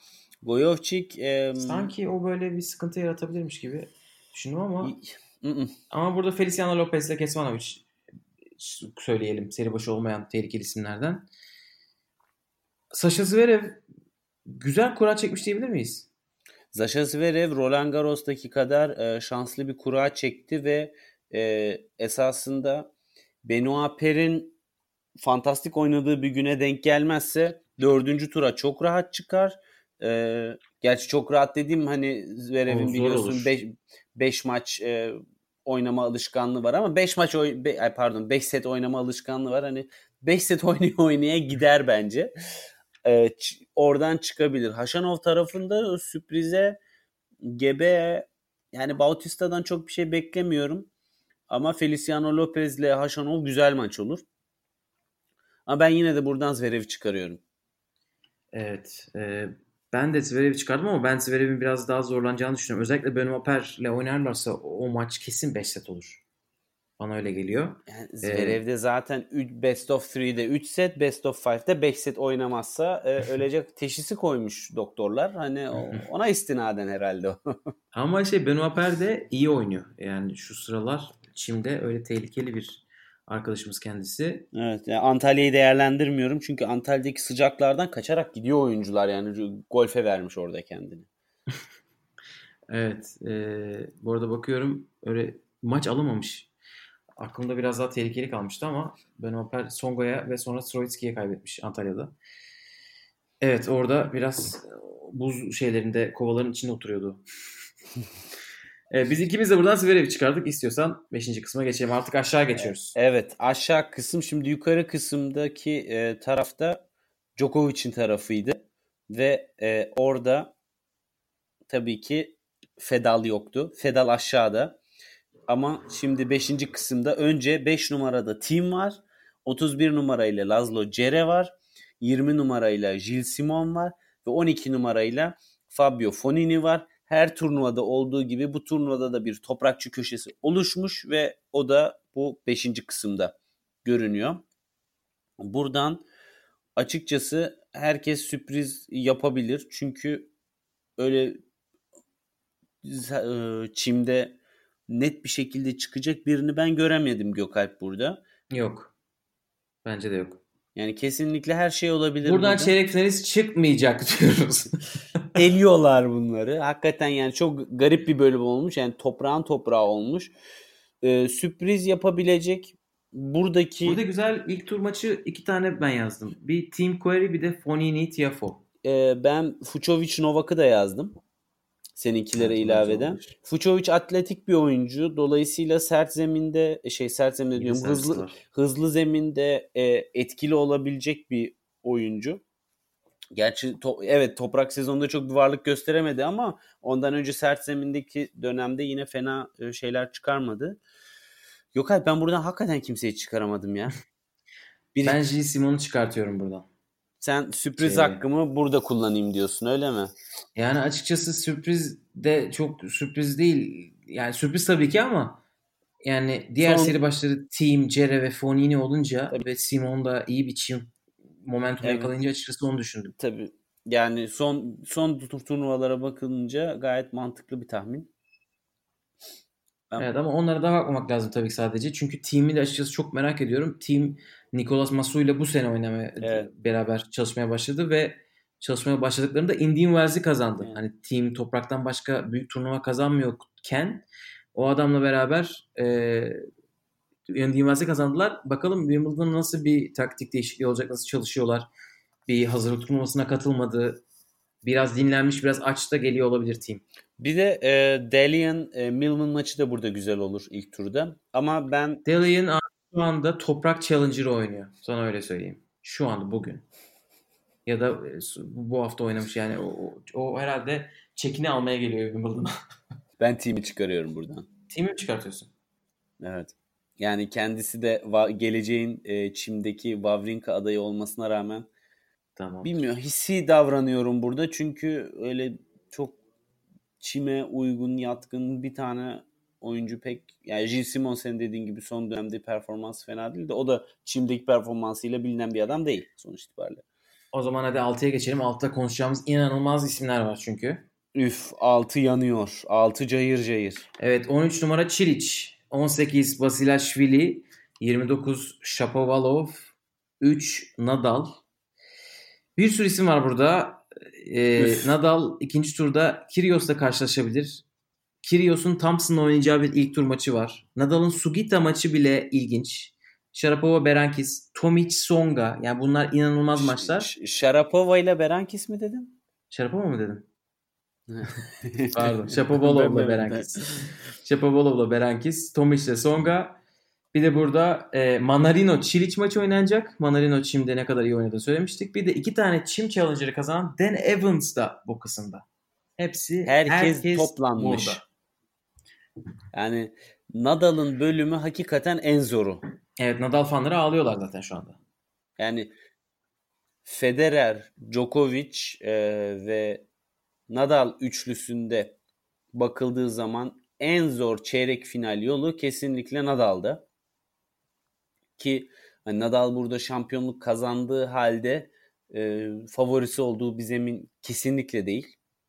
sanki o böyle bir sıkıntı yaratabilirmiş gibi düşünüyorum ama burada Feliciano Lopez ile Kecmanovic söyleyelim. Seri başı olmayan tehlikeli isimlerden. Sasha Zverev güzel kura çekmiş diyebilir miyiz? Sasha Zverev Roland Garros'taki kadar şanslı bir kura çekti ve esasında Benoit Paire'in fantastik oynadığı bir güne denk gelmezse 4. tura çok rahat çıkar. Gerçi çok rahat dediğim hani Zverev'in biliyorsun 5 maç oynama alışkanlığı var ama 5 set oynama alışkanlığı var. Hani 5 set oynaya gider bence. Oradan çıkabilir. Khachanov tarafında sürprize gebe yani Bautista'dan çok bir şey beklemiyorum. Ama Feliciano Lopez ile Khachanov güzel maç olur. Ama ben yine de buradan Zverev'i çıkarıyorum. Evet. Ben de Zverev'i çıkardım ama ben Zverev'in biraz daha zorlanacağını düşünüyorum. Özellikle Benoit Paire ile oynarlarsa o maç kesin 5 set olur. Bana öyle geliyor. Yani Zverev'de zaten Best of 3'de 3 set, Best of 5'de 5 set oynamazsa ölecek teşhisi koymuş doktorlar. Hani ona istinaden herhalde o. Ama Benoit Paire de iyi oynuyor. Yani şu sıralar çimde öyle tehlikeli bir arkadaşımız kendisi. Evet. Yani Antalya'yı değerlendirmiyorum. Çünkü Antalya'daki sıcaklardan kaçarak gidiyor oyuncular. Yani golfe vermiş orada kendini. Evet. Bu arada bakıyorum öyle maç alamamış. aklımda biraz daha tehlikeli kalmıştı ama Ben Songa'ya ve sonra Troicki'ye kaybetmiş Antalya'da. Evet, orada biraz buz şeylerinde, kovaların içinde oturuyordu. Biz ikimiz de buradan Zverev'i çıkardık. İstiyorsan 5. kısma geçelim. Artık aşağı geçiyoruz. Evet, aşağı kısım, şimdi yukarı kısımdaki tarafta Djokovic'in tarafıydı ve orada tabii ki Fedal yoktu. Fedal aşağıda. Ama şimdi 5. kısımda önce 5 numarada Thiem var. 31 numarayla Laszlo Djere var. 20 numarayla Gilles Simon var. Ve 12 numarayla Fabio Fognini var. Her turnuvada olduğu gibi bu turnuvada da bir toprakçı köşesi oluşmuş ve o da bu 5. kısımda görünüyor. Buradan açıkçası herkes sürpriz yapabilir. Çünkü öyle çimde net bir şekilde çıkacak birini ben göremedim Gökalp burada. Yok. Bence de yok. Yani kesinlikle her şey olabilir Buradan burada. çeyrek finalist çıkmayacak diyoruz. Eliyorlar bunları. Hakikaten yani çok garip bir bölüm olmuş. Yani toprağın toprağı olmuş. Sürpriz yapabilecek buradaki... Burada güzel ilk tur maçı 2 tane ben yazdım. Bir Team Query, bir de Fognini Tiafoe. Ben Fucsovics Novak'ı da yazdım. Seninkilere Evet, ilaveden. Fucsovics atletik bir oyuncu. Dolayısıyla sert zeminde sert zeminde diyorum, hızlı zeminde etkili olabilecek bir oyuncu. Gerçi evet, toprak sezonunda çok bir varlık gösteremedi ama ondan önce sert zemindeki dönemde yine fena şeyler çıkarmadı. Yok hayır, ben buradan hakikaten kimseyi çıkaramadım ya. Ben Gilles Simon'u çıkartıyorum buradan. Sen sürpriz hakkımı burada kullanayım diyorsun, öyle mi? Yani açıkçası sürpriz de çok sürpriz değil. Yani sürpriz tabii ki ama yani diğer seri başları Thiem, Djere ve Fognini olunca ve Simon da iyi bir çim momentum yakalayınca açıkçası onu düşündüm. Tabii. Yani son turnuvalara bakılınca gayet mantıklı bir tahmin. Evet, ama onlara da bakmamak lazım tabii sadece. Çünkü Thiem'i de açıkçası çok merak ediyorum. Thiem, Nicolas Massou ile bu sene oynamaya beraber çalışmaya başladı ve çalışmaya başladıklarında Indian Wells'i kazandı. Evet. Hani Thiem topraktan başka büyük turnuva kazanmıyorken o adamla beraber Indian Wells'i kazandılar. Bakalım Wimbledon'da nasıl bir taktik değişikliği olacak, nasıl çalışıyorlar. Bir hazırlık turnuvasına katılmadı. Biraz dinlenmiş, biraz aç da geliyor olabilir Thiem. Bir de Dalian Millman maçı da burada güzel olur ilk turda. Ama ben... Dalian şu anda Toprak Challenger'ı oynuyor. Sana öyle söyleyeyim. Şu anda, bugün. Ya da bu hafta oynamış yani. O herhalde çekini almaya geliyor Wimbledon'a. Ben Thiem'i çıkarıyorum buradan. Thiem'i mi çıkartıyorsun? Evet. Yani kendisi de geleceğin çimdeki Wawrinka adayı olmasına rağmen bilmiyorum, hissi davranıyorum burada. Çünkü öyle çok çime uygun, yatkın bir tane oyuncu pek, yani Gilles Simon senin dediğin gibi son dönemde performans fena değil de o da çimdeki performansıyla bilinen bir adam değil sonuç itibariyle. O zaman hadi 6'ya geçelim. 6'da konuşacağımız inanılmaz isimler var çünkü. 6 yanıyor. 6 cayır cayır. Evet, 13 numara Cilic, 18 Basilashvili, 29 Shapovalov, 3 Nadal. Bir sürü isim var burada. Nadal ikinci turda Kyrgios'la karşılaşabilir. Kyrgios'un Thompson'la oynayacağı bir ilk tur maçı var. Nadal'ın Sugita maçı bile ilginç. Sharapova, Berankis, Tomic, Tsonga. Yani bunlar inanılmaz maçlar. Sharapova ile Berankis mi dedin? Sharapova mı dedim? Pardon. Shapovalov'la Berankis. Shapovalov'la Berankis, Tomic ile Tsonga. Bir de burada Manarino Cilic maçı oynanacak. Manarino çimde ne kadar iyi oynadığını söylemiştik. Bir de 2 tane çim challenger'ı kazanan Dan Evans da bu kısımda. Herkes toplanmış. Burada. Yani Nadal'ın bölümü hakikaten en zoru. Evet, Nadal fanları ağlıyorlar zaten şu anda. Yani Federer, Djokovic ve Nadal üçlüsünde bakıldığı zaman en zor çeyrek final yolu kesinlikle Nadal'da. Ki hani Nadal burada şampiyonluk kazandığı halde favorisi olduğu bir zemin kesinlikle değil.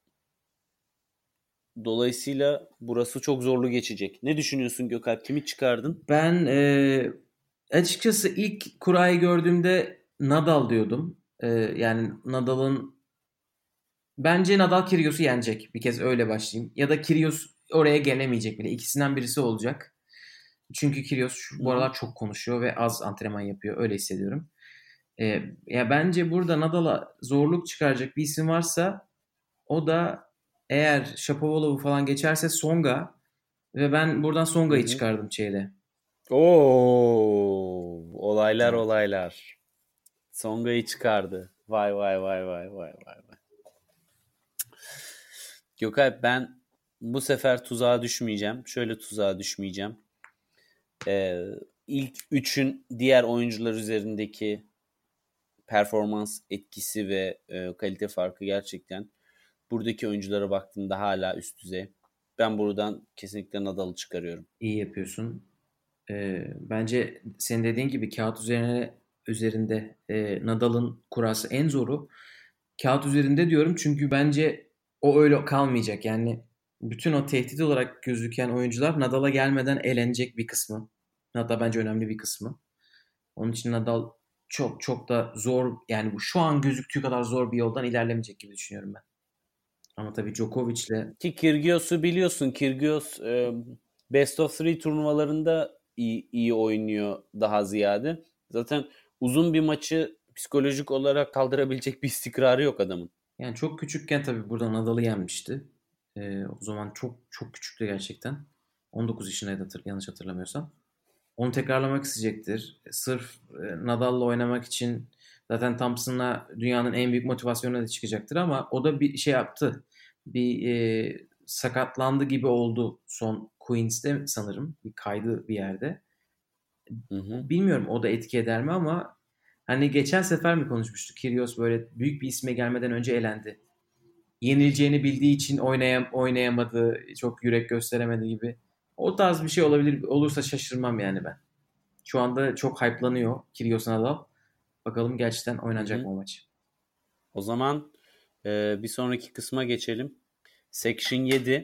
Dolayısıyla burası çok zorlu geçecek. Ne düşünüyorsun Gökalp? Kimi çıkardın? Ben açıkçası ilk kurayı gördüğümde Nadal diyordum. Yani bence Nadal Kyrgios'u yenecek. Bir kez öyle başlayayım. Ya da Kyrgios oraya gelemeyecek bile. İkisinden birisi olacak. Çünkü Kyrgios bu aralar çok konuşuyor ve az antrenman yapıyor. Öyle hissediyorum. Ya bence burada Nadal'a zorluk çıkaracak bir isim varsa o da eğer Shapovalov'u falan geçerse Tsonga ve ben buradan Hı Tsonga'yı hı. çıkardım şeyde. Olaylar Evet. olaylar. Songa'yı çıkardı. Vay vay vay vay vay vay vay. Gökalp, ben bu sefer tuzağa düşmeyeceğim. Şöyle tuzağa düşmeyeceğim. Ee, ilk üçün diğer oyuncular üzerindeki performans etkisi ve kalite farkı gerçekten buradaki oyunculara baktığımda hala üst düzey. Ben buradan kesinlikle Nadal'ı çıkarıyorum. İyi yapıyorsun. Bence senin dediğin gibi kağıt üzerinde Nadal'ın kurası en zoru. Kağıt üzerinde diyorum çünkü bence o öyle kalmayacak. Yani bütün o tehdit olarak gözüken oyuncular Nadal'a gelmeden elenecek bir kısmı. Hatta bence önemli bir kısmı. Onun için Nadal çok çok da zor, yani bu şu an gözüktüğü kadar zor bir yoldan ilerlemeyecek gibi düşünüyorum ben. Ama tabii Djokovic'le Ki Kyrgios'u biliyorsun. Kyrgios Best of Three turnuvalarında iyi oynuyor daha ziyade. Zaten uzun bir maçı psikolojik olarak kaldırabilecek bir istikrarı yok adamın. yani çok küçükken tabii burada Nadal'ı yenmişti. O zaman çok çok küçüktü gerçekten. 19 yaşındaydı yanlış hatırlamıyorsam. Onu tekrarlamak isteyecektir. Sırf Nadal'la oynamak için zaten Thompson'la dünyanın en büyük motivasyonuna da çıkacaktır ama o da bir şey yaptı. Bir sakatlandı gibi oldu son Queens'te sanırım. Bir kaydı bir yerde. Hı hı. Bilmiyorum o da etki eder mi ama hani geçen sefer mi konuşmuştuk? Kyrgios böyle büyük bir isme gelmeden önce elendi. Yenileceğini bildiği için oynayamadı, çok yürek gösteremedi gibi. O tarz bir şey olabilir. Olursa şaşırmam yani ben. Şu anda çok hype'lanıyor Kyrgios Nadal. Bakalım gerçekten Hı oynanacak hı. mı o maç? O zaman bir sonraki kısma geçelim. Section 7.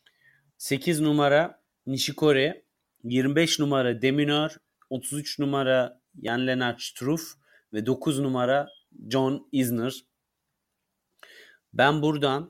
8 numara Nishikori, 25 numara Deminor, 33 numara Jan-Lennart Struff ve 9 numara John Isner. Ben buradan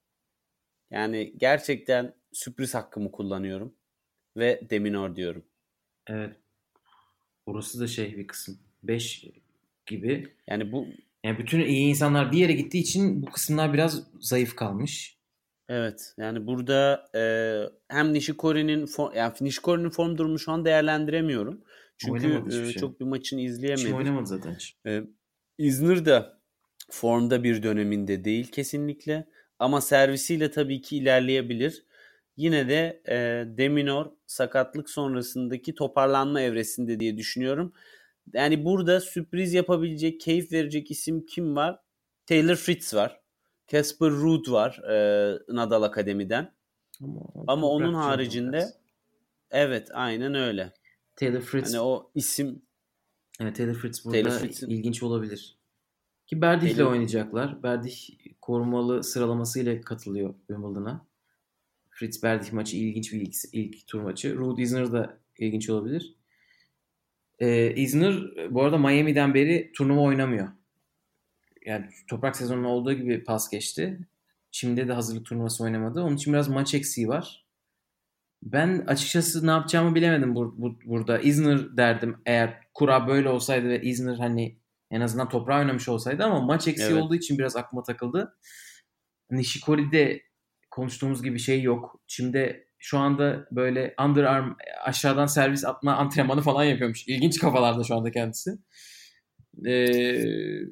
yani gerçekten sürpriz hakkımı kullanıyorum ve Deminor diyorum. Evet. Orası da şey bir kısım. 5 gibi. Yani bu, Yani bütün iyi insanlar bir yere gittiği için bu kısımlar biraz zayıf kalmış. evet, yani burada hem yani Nishikori'nin form durumunu şu an değerlendiremiyorum. Çünkü Oynamadı hiçbir şey. çok bir maçını Hiç mi izleyemedik. oynamadı zaten hiç? E, Isner da formda bir döneminde değil kesinlikle. Ama servisiyle tabii ki ilerleyebilir. Yine de Deminor sakatlık sonrasındaki toparlanma evresinde diye düşünüyorum. Yani burada sürpriz yapabilecek, keyif verecek isim kim var? Taylor Fritz var. Casper Ruud var Nadal Akademi'den. Ama o Ama onun toprakçı ama haricinde biraz. evet, aynen öyle. Taylor Hani Fritz, o isim evet, Taylor Fritz Taylor burada Fritz'in ilginç olabilir. Ki Berdih'le Taylor oynayacaklar. Berdih korumalı sıralamasıyla katılıyor Wimbledon'a. Fritz Berdih maçı ilginç bir ilk tur maçı. Ruud Isner da ilginç olabilir. Isner bu arada Miami'den beri turnuva oynamıyor. Yani toprak sezonunun olduğu gibi pas geçti. Şimdi de hazırlık turnuvası oynamadı. Onun için biraz maç eksiği var. Ben açıkçası ne yapacağımı bilemedim burada. Isner derdim eğer kura böyle olsaydı ve Isner hani en azından toprağa oynamış olsaydı ama maç eksiği olduğu evet. için biraz aklıma takıldı. Nishikori'de konuştuğumuz gibi şey yok. Şimdi şu anda böyle underarm aşağıdan servis atma antrenmanı falan yapıyormuş. İlginç kafalarda şu anda kendisi. Ee,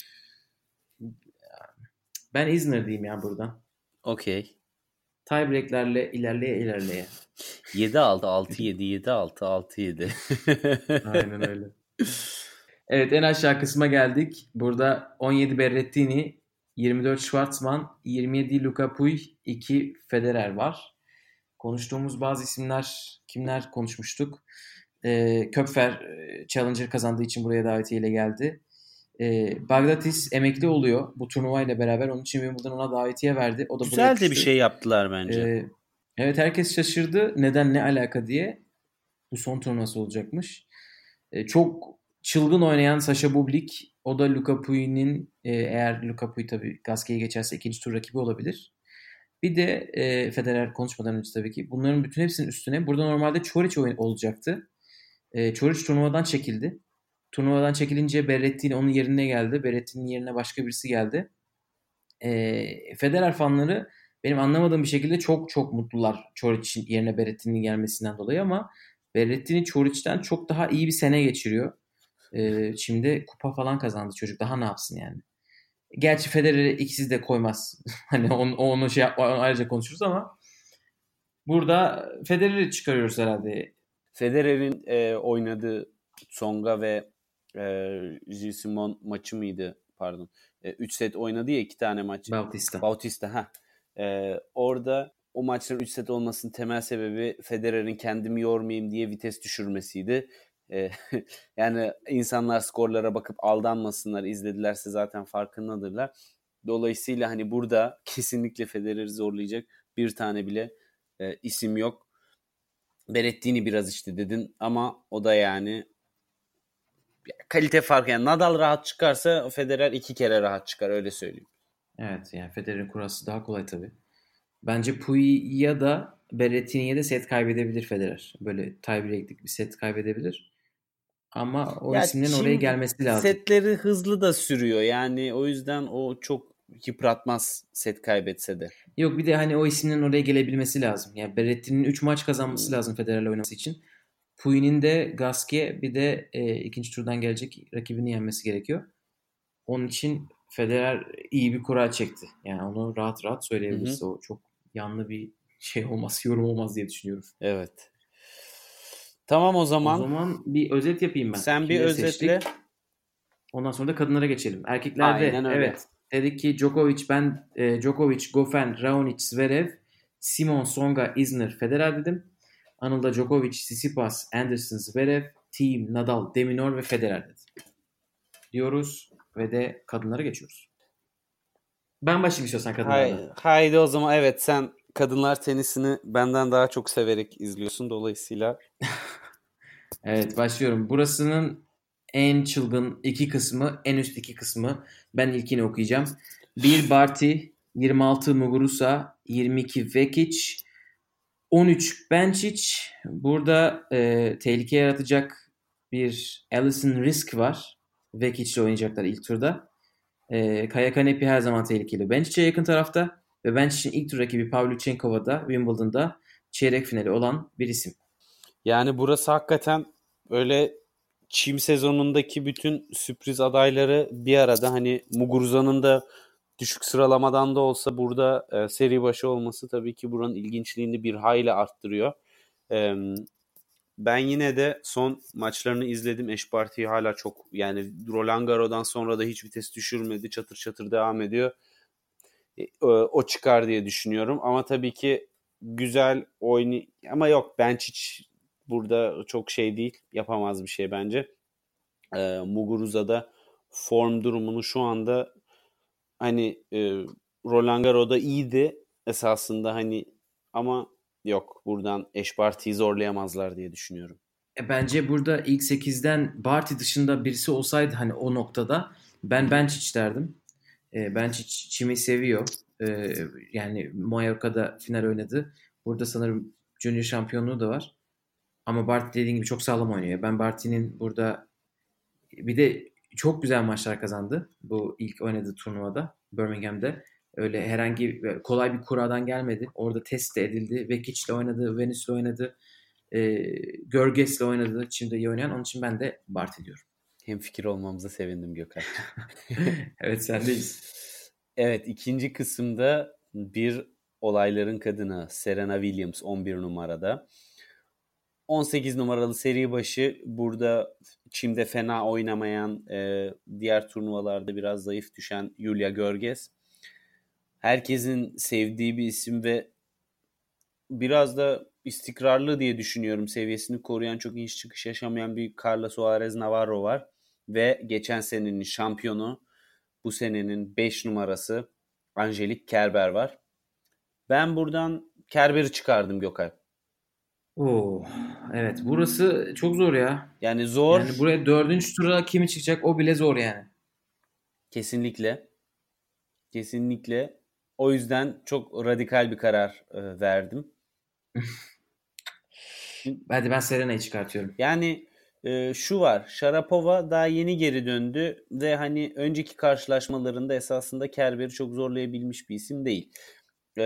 Ben Isner diyeyim ya buradan. Okey. Tiebreak'lerle ilerleye. 7-6, 6-7, 7-6, 6-7. Aynen öyle. Evet, en aşağı kısma geldik. Burada 17 Berrettini, 24 Schwartzman, 27 Luca Pouille, 2 Federer var. Konuştuğumuz bazı isimler kimler konuşmuştuk? Köpfer Challenger kazandığı için buraya davetiyeyle geldi. Bagdatis emekli oluyor bu turnuvayla beraber. Onun için Wimbledon ona davetiye verdi. O da buraya Güzel de bir düştü. şey yaptılar bence. Evet, herkes şaşırdı. Neden, ne alaka diye. Bu son turnuvası olacakmış. Çok çılgın oynayan Sasha Bublik. O da Luca Pouille'nin eğer Luca Pouille tabii Gasquet'i geçerse ikinci tur rakibi olabilir. Bir de Federer konuşmadan önce tabii ki bunların bütün hepsinin üstüne burada normalde Çoriç olacaktı. Çoriç turnuvadan çekildi. Turnuvadan çekilince Berrettini onun yerine geldi. Berrettini'nin yerine başka birisi geldi. Federer fanları benim anlamadığım bir şekilde çok çok mutlular Çoriç'in yerine Berrettini'nin gelmesinden dolayı ama Berrettini Çoriç'ten çok daha iyi bir sene geçiriyor. Şimdi kupa falan kazandı çocuk. Daha ne yapsın yani? Gerçi Federer'i ikisi de koymaz. Hani onu şey yapma, onu ayrıca konuşuruz ama burada Federer'i çıkarıyoruz herhalde. Federer'in oynadığı Tsonga ve Gilles Simon maçı mıydı? Pardon. 3 set oynadı ya 2 tane maç. Bautista. Ha. Orada o maçların 3 set olmasının temel sebebi Federer'in kendimi yormayayım diye vites düşürmesiydi. Yani insanlar skorlara bakıp aldanmasınlar. İzledilerse zaten farkındadırlar. Dolayısıyla hani burada kesinlikle Federer'i zorlayacak bir tane bile isim yok. Berrettini biraz işte dedin ama o da yani kalite farkı. Yani Nadal rahat çıkarsa Federer 2 kere rahat çıkar öyle söyleyeyim. Evet yani Federer'in kurası daha kolay tabii. Bence Puig'ya da Berrettini'ye de set kaybedebilir Federer. Böyle tiebreak'lik bir set kaybedebilir. Ama o Ya isimlerin oraya gelmesi lazım. Setleri hızlı da sürüyor. Yani o yüzden o çok yıpratmaz set kaybetse de. Yok bir de hani o isimlerin oraya gelebilmesi lazım. Yani Berrettini'nin 3 maç kazanması lazım Federer'le oynaması için. Puig'nin de Gasquet bir de ikinci turdan gelecek rakibini yenmesi gerekiyor. Onun için Federer iyi bir kura çekti. Yani onu rahat rahat söyleyebiliriz. O çok yanlı bir şey olmaz, yorum olmaz diye düşünüyorum. Evet. Tamam o zaman. O zaman bir özet yapayım ben. Sen bir özetle. Seçtik. Ondan sonra da kadınlara geçelim. Erkeklerde evet dedik ki Djokovic, Goffin, Raonic, Zverev, Simon, Tsonga, Isner, Federer dedim. Anıl'da Djokovic, Tsitsipas, Anderson, Zverev, Thiem, Nadal, de Minaur ve Federer dedi. Diyoruz ve de kadınlara geçiyoruz. Ben başlayayım istiyorsan kadınlardan. Haydi o zaman evet sen kadınlar tenisini benden daha çok severek izliyorsun dolayısıyla. Evet başlıyorum. Burasının en çılgın iki kısmı, en üst iki kısmı. Ben ilkini okuyacağım. 1 Barty, 26 Muguruza, 22 Vekic, 13 Bencic. Burada tehlike yaratacak bir Alison Risk var. Vekic ile oynayacaklar ilk turda. Kaya Kanepi her zaman tehlikeli. Bencic'e yakın tarafta ve Bencic'in ilk tur rakibi Pavlyuchenkova da Wimbledon'da çeyrek finali olan bir isim. Yani burası hakikaten öyle çim sezonundaki bütün sürpriz adayları bir arada hani Muguruza'nın da düşük sıralamadan da olsa burada seri başı olması tabii ki buranın ilginçliğini bir hayli arttırıyor. Ben yine de son maçlarını izledim. Eş Barty'yi hala çok yani Roland Garros'dan sonra da hiç vites düşürmedi. Çatır çatır devam ediyor. O çıkar diye düşünüyorum. Ama tabii ki güzel oyunu ama yok Bencic burada çok şey değil. Yapamaz bir şey bence. Muguruza'da form durumunu şu anda hani Roland Garros'da iyiydi esasında hani ama yok buradan Eş Barty'yi zorlayamazlar diye düşünüyorum. Bence burada ilk 8'den Barty dışında birisi olsaydı hani o noktada ben Bencic derdim. Bencic çimi seviyor. Yani Mallorca'da final oynadı. Burada sanırım Junior şampiyonluğu da var. Ama Barty dediğin gibi çok sağlam oynuyor. Ben Barty'nin burada bir de çok güzel maçlar kazandı. Bu ilk oynadığı turnuvada Birmingham'de. Öyle herhangi kolay bir kuradan gelmedi. Orada test de edildi. Vekic'le oynadı, Venus'le oynadı. Görges'le oynadı. Şimdi iyi oynayan. Onun için ben de Barty diyorum. Hemfikir olmamıza sevindim Gökhan. Evet sendeyiz. Evet ikinci kısımda bir olayların kadını Serena Williams 11 numarada. 18 numaralı seri başı burada çimde fena oynamayan diğer turnuvalarda biraz zayıf düşen Julia Görges. Herkesin sevdiği bir isim ve biraz da istikrarlı diye düşünüyorum. Seviyesini koruyan çok iniş çıkış yaşamayan bir Carla Suarez Navarro var. Ve geçen senenin şampiyonu bu senenin 5 numarası Angelique Kerber var. Ben buradan Kerber'i çıkardım Gökhan. Oo, evet burası çok zor ya. Yani zor. Yani buraya 4. tura kimi çıkacak o bile zor yani. Kesinlikle. Kesinlikle. O yüzden çok radikal bir karar verdim. Hadi ben Serena'yı çıkartıyorum. Yani şu var. Sharapova daha yeni geri döndü ve hani önceki karşılaşmalarında esasında Kerber'i çok zorlayabilmiş bir isim değil. E,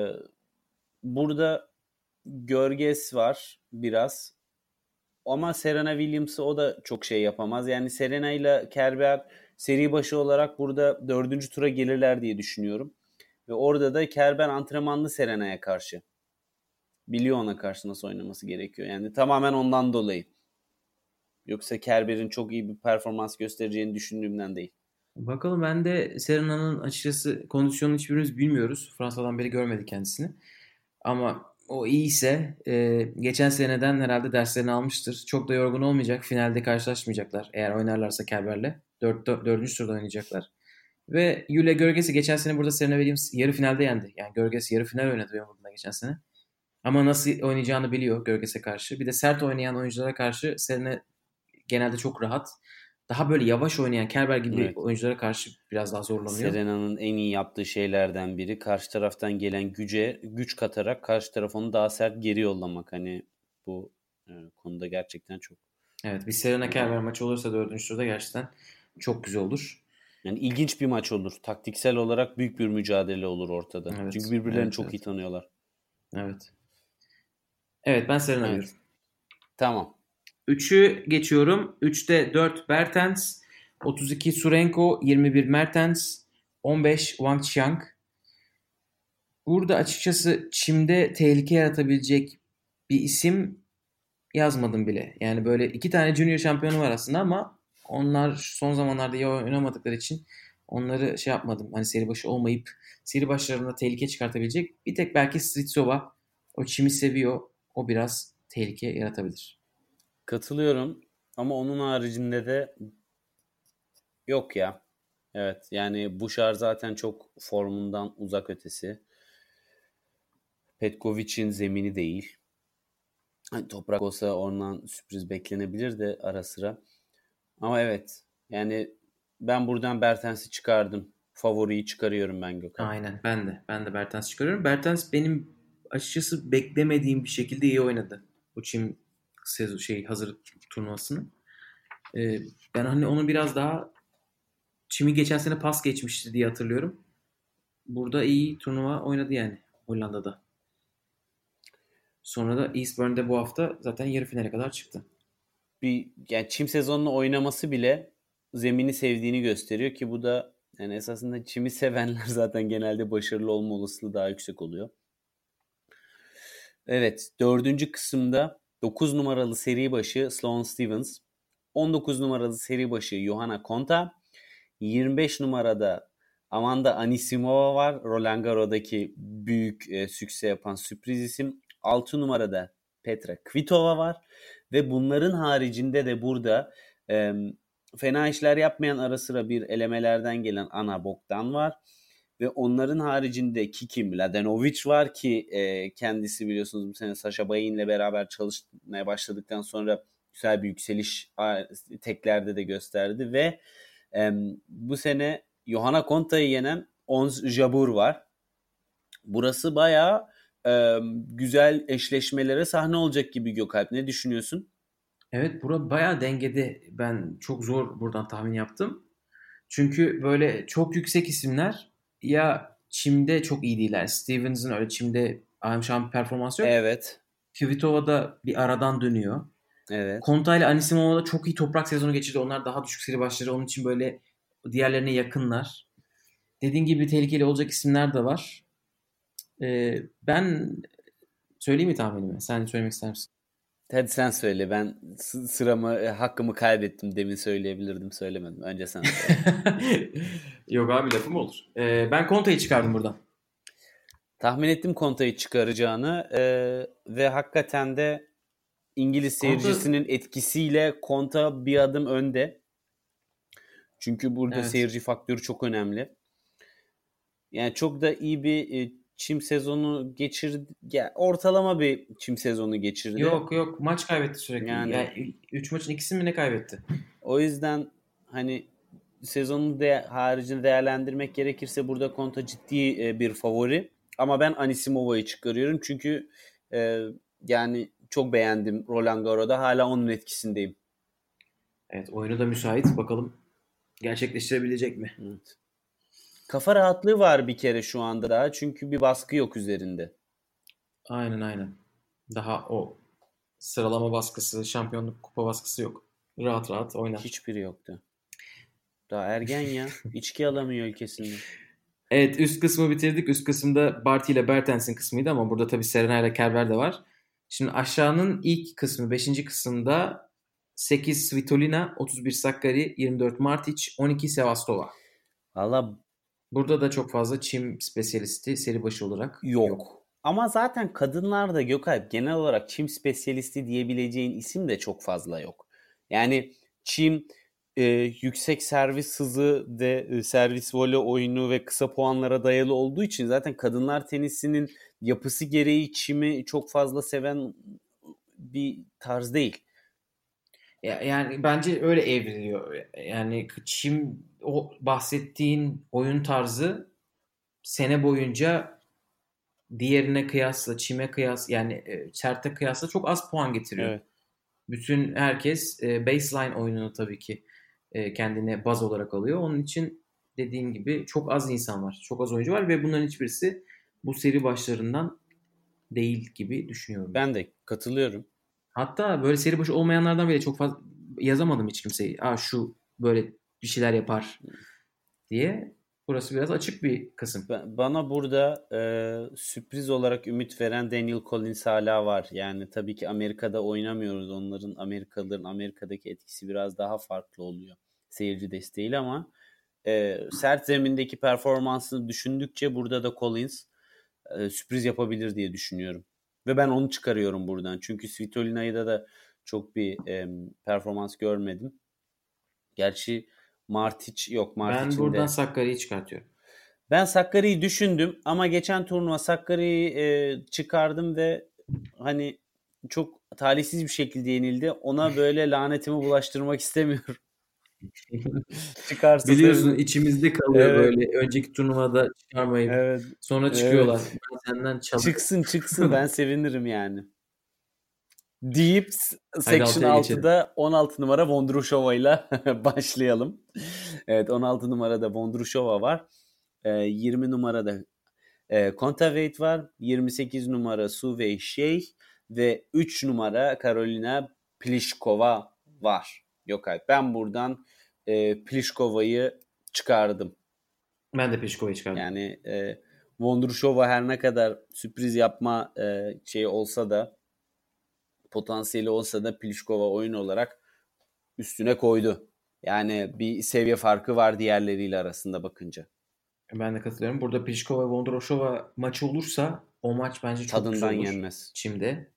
Burada Görges var biraz. Ama Serena Williams'ı o da çok şey yapamaz. Yani Serena ile Kerber seri başı olarak burada 4. tura gelirler diye düşünüyorum. Ve orada da Kerber antrenmanlı Serena'ya karşı. Biliyor ona karşı nasıl oynaması gerekiyor. Yani tamamen ondan dolayı. Yoksa Kerber'in çok iyi bir performans göstereceğini düşündüğümden değil. Bakalım, ben de Serena'nın açıkçası kondisyonunu hiçbirimiz bilmiyoruz. Fransa'dan beri görmedik kendisini. Ama o iyiyse geçen seneden herhalde derslerini almıştır. Çok da yorgun olmayacak. Finalde karşılaşmayacaklar. Eğer oynarlarsa Kerber'le. 4. turda oynayacaklar. Ve Yulia Görges'i geçen sene burada Serena Williams yarı finalde yendi. Yani Görges yarı final oynadı Wimbledon'da geçen sene. Ama nasıl oynayacağını biliyor Görges'e karşı. Bir de sert oynayan oyunculara karşı Serena genelde çok rahat. Daha böyle yavaş oynayan Kerber gibi Evet. oyunculara karşı biraz daha zorlanıyor. Serena'nın en iyi yaptığı şeylerden biri karşı taraftan gelen güç katarak karşı taraf onu daha sert geri yollamak. Hani bu konuda gerçekten çok. Evet, bir Serena Kerber maçı olursa 4. turda gerçekten çok güzel olur. Yani ilginç bir maç olur. Taktiksel olarak büyük bir mücadele olur ortada. Evet, Çünkü birbirlerini evet, çok evet. iyi tanıyorlar. Evet. Evet, ben Serena diyorum. Tamam. 3'ü geçiyorum. 3'te 4 Bertens, 32 Surenko, 21 Mertens, 15 Wang Qiang. Burada açıkçası çimde tehlike yaratabilecek bir isim yazmadım bile. Yani böyle 2 tane junior şampiyonu var aslında ama onlar son zamanlarda iyi oynamadıkları için onları şey yapmadım. Hani seri başı olmayıp seri başlarında tehlike çıkartabilecek. Bir tek belki Stritsova, o çimi seviyor. O biraz tehlike yaratabilir. Katılıyorum. Ama onun haricinde de yok ya. Evet. Yani Bouchard zaten çok formundan uzak ötesi. Petkovic'in zemini değil. Hani toprak olsa ondan sürpriz beklenebilir de ara sıra. Ama evet. Yani ben buradan Bertens'i çıkardım. Favoriyi çıkarıyorum ben Gökhan. Aynen, ben de Bertens çıkarıyorum. Bertens benim açıkçası beklemediğim bir şekilde iyi oynadı. Bu çim hazır turnuvasını. Ben hani onu biraz daha çimi geçen sene pas geçmişti diye hatırlıyorum. Burada iyi turnuva oynadı yani Hollanda'da. Sonra da Eastbourne'de bu hafta zaten yarı finale kadar çıktı. Yani çim sezonunu oynaması bile zemini sevdiğini gösteriyor ki bu da yani esasında çimi sevenler zaten genelde başarılı olma olasılığı daha yüksek oluyor. Evet, 4. kısımda 9 numaralı seri başı Sloane Stephens, 19 numaralı seri başı Johanna Konta, 25 numarada Amanda Anisimova var. Roland Garros'daki büyük sükse yapan sürpriz isim. 6 numarada Petra Kvitova var. Ve bunların haricinde de burada fena işler yapmayan ara sıra bir elemelerden gelen Ana Bogdan var. Ve onların haricinde Kiki Mladenovic var ki kendisi biliyorsunuz bu sene Sasha Bayin'le beraber çalışmaya başladıktan sonra güzel bir yükseliş teklerde de gösterdi ve bu sene Johanna Konta'yı yenen Ons Jabeur var. Burası bayağı güzel eşleşmelere sahne olacak gibi Gökalp. Ne düşünüyorsun? Evet, bura bayağı dengede. Ben çok zor buradan tahmin yaptım. Çünkü böyle çok yüksek isimler ya çimde çok iyi değiller. Stevens'ın öyle çimde şampiyon performansı yok. Evet. Kvitova da bir aradan dönüyor. Evet. Konta ile Anisimova da çok iyi toprak sezonu geçirdi. Onlar daha düşük seri başları. Onun için böyle diğerlerine yakınlar. Dediğin gibi tehlikeli olacak isimler de var. Ben söyleyeyim mi tahminimi? Sen söylemek ister misin? Hadi sen söyle. Ben sıramı, hakkımı kaybettim. Demin söyleyebilirdim, söylemedim. Önce sen söyle. Yok abi, lafım olur. Ben Konta'yı çıkardım buradan. Tahmin ettim Konta'yı çıkaracağını ve hakikaten de İngiliz seyircisinin etkisiyle Konta bir adım önde. Çünkü burada Evet. seyirci faktörü çok önemli. Yani çok da iyi bir çim sezonu geçirdi. Ya, ortalama bir çim sezonu geçirdi. Yok, maç kaybetti sürekli. Yani 3 maçın ikisini mi ne kaybetti? o yüzden hani sezonun haricinde değerlendirmek gerekirse burada Konta ciddi bir favori. Ama ben Anisimova'yı çıkarıyorum. Çünkü yani çok beğendim Roland Garros'da. Hala onun etkisindeyim. Evet, oyunu da müsait. Bakalım gerçekleştirebilecek mi? Evet. Kafa rahatlığı var bir kere şu anda daha. Çünkü bir baskı yok üzerinde. Aynen. Daha o sıralama baskısı, şampiyonluk kupa baskısı yok. Rahat rahat oynar. Hiçbiri yoktu. Daha ergen ya. İçki alamıyor ülkesinde. Evet, üst kısmı bitirdik. Üst kısımda Barty ile Bertens'in kısmıydı ama burada tabii Serena ile Kerber de var. Şimdi aşağının ilk kısmı 5. kısımda 8 Svitolina, 31 Sakkari, 24 Martic, 12 Sevastova. Valla Burada da çok fazla çim spesiyalisti seri başı olarak yok. Ama zaten kadınlarda Gökalp genel olarak çim spesyalisti diyebileceğin isim de çok fazla yok. Yani çim yüksek servis hızı ve servis voley oyunu ve kısa puanlara dayalı olduğu için zaten kadınlar tenisinin yapısı gereği çimi çok fazla seven bir tarz değil. Yani bence öyle evriliyor. Yani çim o bahsettiğin oyun tarzı sene boyunca diğerine kıyasla, çime kıyas yani serte kıyasla çok az puan getiriyor. Evet. Bütün herkes baseline oyununu tabii ki kendine baz olarak alıyor. Onun için dediğim gibi çok az insan var. Çok az oyuncu var ve bunların hiçbirisi bu seri başlarından değil gibi düşünüyorum. Ben de katılıyorum. Hatta böyle seri başı olmayanlardan bile çok fazla yazamadım hiç kimseyi. Şu böyle bir şeyler yapar diye. Burası biraz açık bir kısım. Bana burada sürpriz olarak ümit veren Daniel Collins hala var. Yani tabii ki Amerika'da oynamıyoruz. Onların Amerikalıların Amerika'daki etkisi biraz daha farklı oluyor. Seyirci desteğiyle ama sert zemindeki performansını düşündükçe burada da Collins sürpriz yapabilir diye düşünüyorum. Ve ben onu çıkarıyorum buradan. Çünkü Svitolina'da da çok bir performans görmedim. Gerçi Martic yok. Ben buradan Sakkari'yi çıkartıyorum. Ben Sakkari'yi düşündüm ama geçen turnuva Sakkari'yi çıkardım ve hani çok talihsiz bir şekilde yenildi. Ona böyle lanetimi bulaştırmak istemiyorum. Çıkarsa Biliyorsun sevinirim. içimizde kalıyor Evet. böyle önceki turnuvada çıkarmayıp Evet. sonra çıkıyorlar. Evet. Ben senden çalıyorum. Çıksın ben sevinirim yani. Deyip Haydi Section 6'ya geçelim. 6'da 16 numara Vondrushova ile başlayalım. Evet 16 numarada Vondrushova var. 20 numarada Kontaveit var. 28 numara Suvey Şeyh ve 3 numara Karolina Pliskova var. Yok hayır. Ben buradan Pliskova'yı çıkardım. Ben de Pliškova'yı çıkardım. Yani Vondrushova her ne kadar sürpriz yapma şeyi olsa da potansiyeli olsa da Pliskova oyun olarak üstüne koydu. Yani bir seviye farkı var diğerleriyle arasında bakınca. Ben de katılıyorum. Burada Pliškova Vondrousova maçı olursa o maç bence çok Tadından güzel olur. yenmez. Çim'de.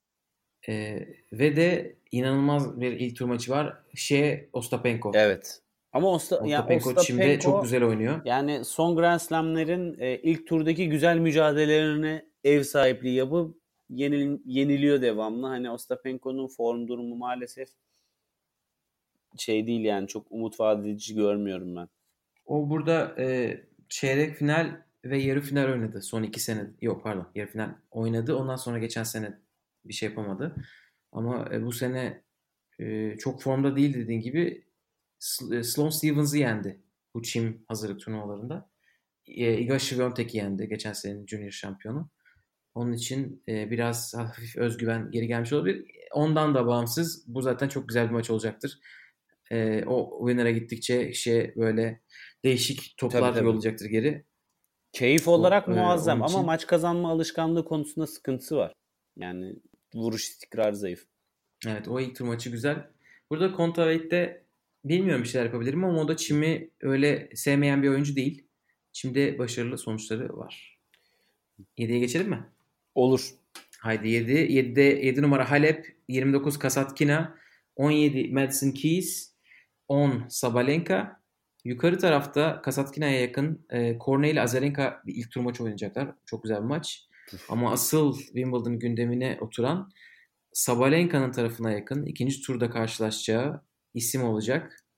Ve de inanılmaz bir ilk tur maçı var. Ostapenko. Evet. Ama Ostapenko Çim'de çok güzel oynuyor. Yani son Grand Slam'lerin ilk turdaki güzel mücadelelerine ev sahipliği yapıp yeniliyor devamlı. Hani Ostapenko'nun form durumu maalesef şey değil yani çok umut vaat edici görmüyorum ben. O burada çeyrek final ve yarı final oynadı. Son 2 sene. Yok pardon. Yarı final oynadı. Ondan sonra geçen sene bir şey yapamadı. Ama bu sene çok formda değil dediğin gibi Sloane Stephens'ı yendi. Bu çim hazırlık turnuvalarında. Iga Świątek'i yendi. Geçen senenin Junior şampiyonu. Onun için biraz hafif özgüven geri gelmiş olabilir. Ondan da bağımsız. Bu zaten çok güzel bir maç olacaktır. O winner'a gittikçe böyle değişik toplar Tabii. yollayacaktır geri. Keyif olarak muazzam için... ama maç kazanma alışkanlığı konusunda sıkıntısı var. Yani vuruş istikrarı zayıf. Evet o ilk tur maçı güzel. Burada Kontaveit'te bilmiyorum bir şeyler yapabilirim ama o da çimi öyle sevmeyen bir oyuncu değil. Çim'de başarılı sonuçları var. 7'ye geçelim mi? Olur. Haydi 7. 7 numara Halep, 29 Kasatkina, 17 Madison Keys, 10 Sabalenka. Yukarı tarafta Kasatkina'ya yakın Cornet ile Azarenka bir ilk tur maçı oynayacaklar. Çok güzel bir maç. Ama asıl Wimbledon gündemine oturan Sabalenka'nın tarafına yakın ikinci turda karşılaşacağı isim olacak.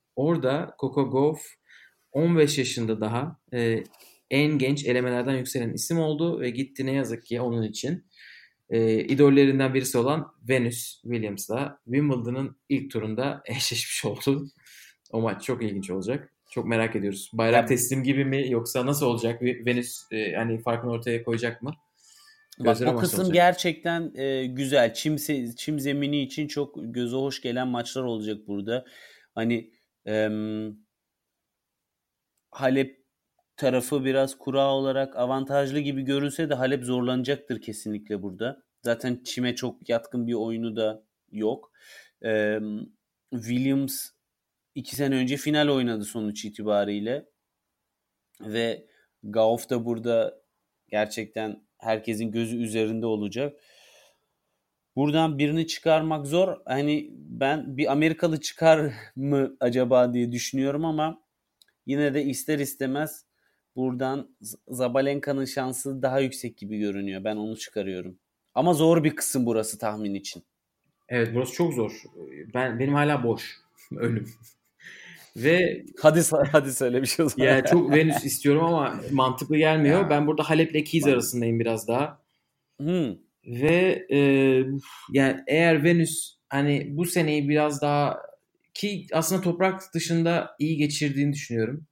orada Coco Gauff 15 yaşında daha en genç elemelerden yükselen isim oldu ve gitti ne yazık ki onun için idollerinden birisi olan Venus Williams'la Wimbledon'ın ilk turunda eşleşmiş oldu. O maç çok ilginç olacak. Çok merak ediyoruz. Bayrak Ya, teslim gibi mi yoksa nasıl olacak? Venus hani farkını ortaya koyacak mı? bak Gözler o o maçta kısım olacak. gerçekten güzel. Çim zemini için çok göze hoş gelen maçlar olacak burada. Hani Halep tarafı biraz kura olarak avantajlı gibi görünse de Halep zorlanacaktır kesinlikle burada. Zaten çime çok yatkın bir oyunu da yok. Eee, Williams 2 sene önce final oynadı sonuç itibariyle ve Gauff da burada gerçekten herkesin gözü üzerinde olacak. Buradan birini çıkarmak zor. Hani ben bir Amerikalı çıkar mı acaba diye düşünüyorum ama yine de ister istemez buradan Zabalenka'nın şansı daha yüksek gibi görünüyor. Ben onu çıkarıyorum. Ama zor bir kısım burası tahmin için. Evet, burası çok zor. Benim hala boş önüm. Ve Hadi söyle bir şey o zaman. ya çok Venüs istiyorum ama mantıklı gelmiyor. Ya Ben burada Halep'le Keys ben arasındayım biraz daha. hmm, Ve yani eğer Venüs hani bu seneyi biraz daha ki aslında toprak dışında iyi geçirdiğini düşünüyorum.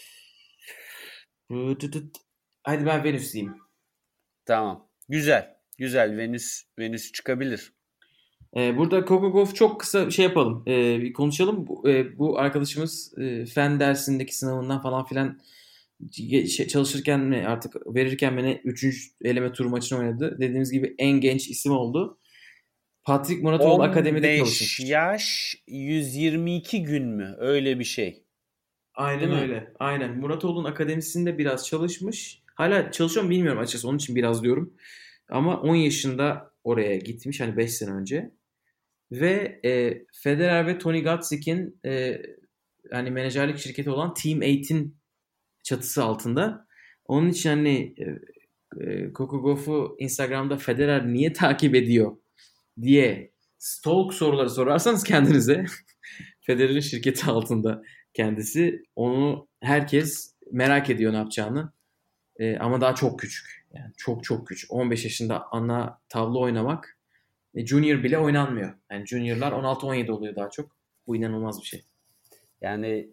Hadi ben Venüs diyeyim. tamam. Güzel. Güzel. Venüs çıkabilir. Burada Coco Gauff çok kısa şey yapalım. Bir konuşalım. Bu arkadaşımız fen dersindeki sınavından falan filan çalışırken mi artık verirken mi ne 3. eleme tur maçını oynadı. Dediğimiz gibi en genç isim oldu. Patrick Muratoğlu akademide 15 çalışmış. yaş 122 gün mü? Öyle bir şey. Aynen Değil mi? öyle. Aynen. Muratoğlu'nun akademisinde biraz çalışmış. Hala çalışıyor mu bilmiyorum açıkçası. Onun için biraz diyorum. Ama 10 yaşında oraya gitmiş. Hani 5 sene önce. Ve Federer ve Tony Gatsik'in hani menajerlik şirketi olan Team 8'in çatısı altında. Onun için hani Coco Gauff'u Instagram'da Federer niye takip ediyor diye stalk soruları sorarsanız kendinize Federer'in şirketi altında kendisi. Onu herkes merak ediyor ne yapacağını. Ama daha çok küçük. Yani çok çok küçük. 15 yaşında ana tavla oynamak junior bile oynanmıyor. Yani juniorlar 16-17 oluyor daha çok. Bu inanılmaz bir şey. Yani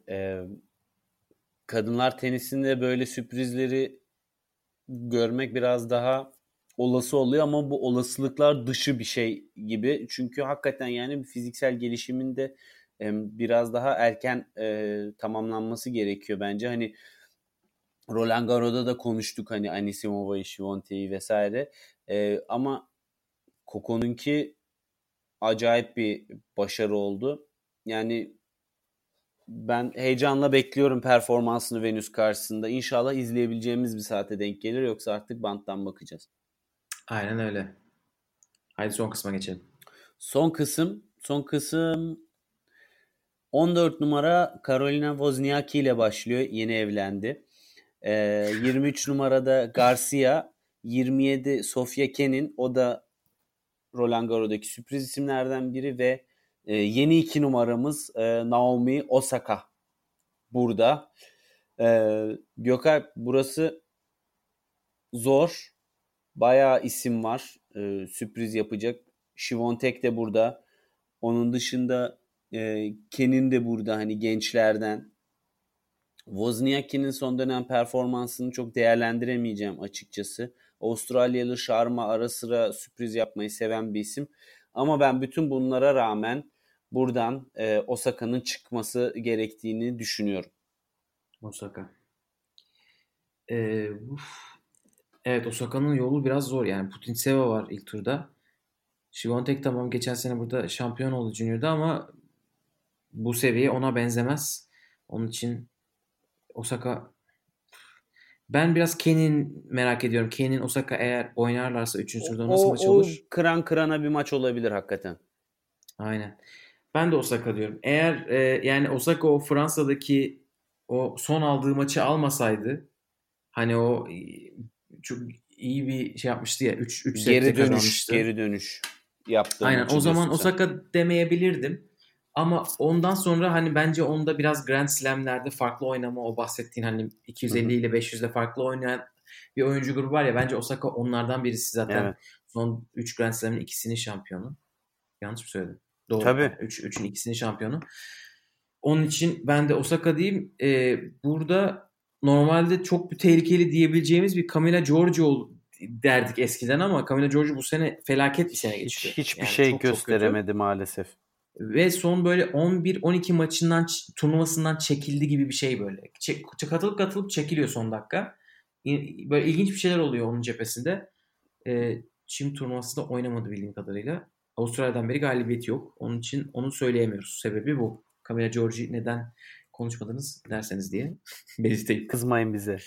kadınlar tenisinde böyle sürprizleri görmek biraz daha olası oluyor ama bu olasılıklar dışı bir şey gibi. Çünkü hakikaten yani bir fiziksel gelişimin de biraz daha erken tamamlanması gerekiyor bence. Hani Roland Garros'da da konuştuk hani Anisimova'yı, Świątek'i vesaire. Ama Coco'nunki acayip bir başarı oldu. Yani ben heyecanla bekliyorum performansını Venüs karşısında. İnşallah izleyebileceğimiz bir saate denk gelir yoksa artık banttan bakacağız. Aynen öyle. Haydi son kısma geçelim. Son kısım 14 numara Carolina Wozniacki ile başlıyor. Yeni evlendi. 23 numarada Garcia, 27 Sofia Kenin, o da Roland Garros'daki sürpriz isimlerden biri ve yeni 2 numaramız Naomi Osaka burada. Gökhan, burası zor. Bayağı isim var. Sürpriz yapacak. Świątek de burada. Onun dışında Kenin de burada hani gençlerden. Wozniacki'nin son dönem performansını çok değerlendiremeyeceğim açıkçası. Avustralyalı Sharma ara sıra sürpriz yapmayı seven bir isim. Ama ben bütün bunlara rağmen buradan Osaka'nın çıkması gerektiğini düşünüyorum. Osaka. Evet, Osaka'nın yolu biraz zor. Yani Putintseva var ilk turda. Świątek tamam geçen sene burada şampiyon oldu Junior'da ama bu seviye ona benzemez. Onun için Osaka, ben biraz Kenin merak ediyorum. Kenin Osaka eğer oynarlarsa 3. O, turda nasıl maç o, o olur? kıran kırana bir maç olabilir hakikaten. Aynen. Ben de Osaka diyorum. Eğer yani Osaka o Fransa'daki o son aldığı maçı almasaydı hani o çok iyi bir şey yapmıştı ya 3 sette Geri dönüş, kazanmıştı. geri dönüş yaptığı Aynen, maçı o zaman diyorsun sen. Osaka demeyebilirdim. Ama ondan sonra hani bence onda biraz Grand Slam'lerde farklı oynama, o bahsettiğin hani 250 ile 500'de farklı oynayan bir oyuncu grubu var ya, bence Osaka onlardan birisi zaten. Evet. Son 3 Grand Slam'in ikisinin şampiyonu. Yanlış mı söyledim? Doğru. Tabii. 3'ün ikisinin şampiyonu. Onun için ben de Osaka diyeyim. Burada normalde çok bir tehlikeli diyebileceğimiz bir Camila Giorgio derdik eskiden ama Camila Giorgio bu sene felaket bir sene geçti. Hiçbir Yani şey çok kötü. gösteremedi maalesef. Ve son böyle 11-12 maçından turnuvasından çekildi gibi bir şey böyle. Katılıp çekiliyor son dakika. Böyle ilginç bir şeyler oluyor onun cephesinde. Çim turnuvasında oynamadı bildiğim kadarıyla. Avustralya'dan beri galibiyeti yok. Onun için onu söyleyemiyoruz. Sebebi bu. Camila Giorgi neden konuşmadınız derseniz diye belirteyim. Kızmayın bize.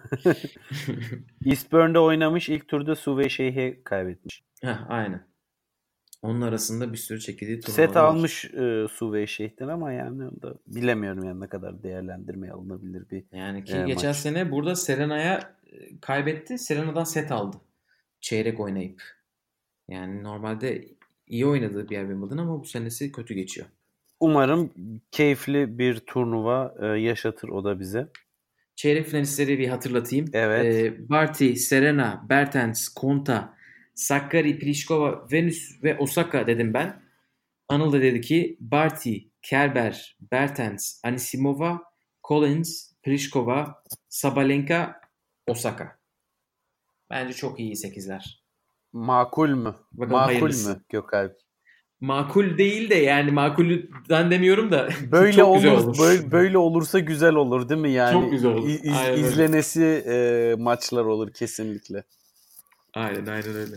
Eastbourne'de oynamış, ilk turda Suve Şeyh'e kaybetmiş. Aynen. Onun arasında bir sürü çekildiği turnuvalar Set var. almış Suve Şeyh'ten ama yani da bilemiyorum yani ne kadar değerlendirmeye alınabilir bir yani ki geçen maç. sene burada Serena'ya kaybetti. Serena'dan set aldı. Çeyrek oynayıp. Yani normalde iyi oynadığı bir yer Wimbledon ama bu senesi kötü geçiyor. Umarım keyifli bir turnuva yaşatır o da bize. Çeyrek finalistleri bir hatırlatayım. Evet. Barty, Serena, Bertens, Konta, Sakkari, Pliskova, Venus ve Osaka dedim ben. Anıl da dedi ki Barty, Kerber, Bertens, Anisimova, Collins, Pliskova, Sabalenka, Osaka. Bence çok iyi 8'ler. Makul mü? Bakalım Makul hayırlısı. mü Gökalp? Makul değil de yani makulden demiyorum da Böyle çok güzel olur, olur. böyle olursa güzel olur değil mi yani? Çok güzel olur. Aynen öyle. İzlenesi maçlar olur kesinlikle. Aynen öyle.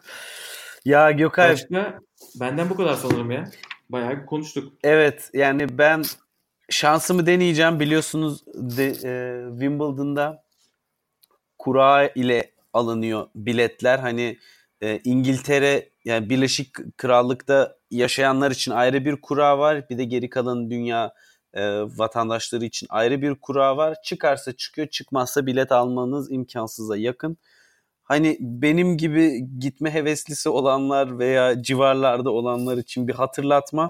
Ya Gökalp. Başka benden bu kadar sanırım ya. Bayağı konuştuk. Evet yani ben şansımı deneyeceğim. Biliyorsunuz Wimbledon'da kura ile alınıyor biletler. Hani İngiltere yani Birleşik Krallık'ta yaşayanlar için ayrı bir kura var. Bir de geri kalan dünya vatandaşları için ayrı bir kura var. Çıkarsa çıkıyor, çıkmazsa bilet almanız imkansıza yakın. Hani benim gibi gitme heveslisi olanlar veya civarlarda olanlar için bir hatırlatma.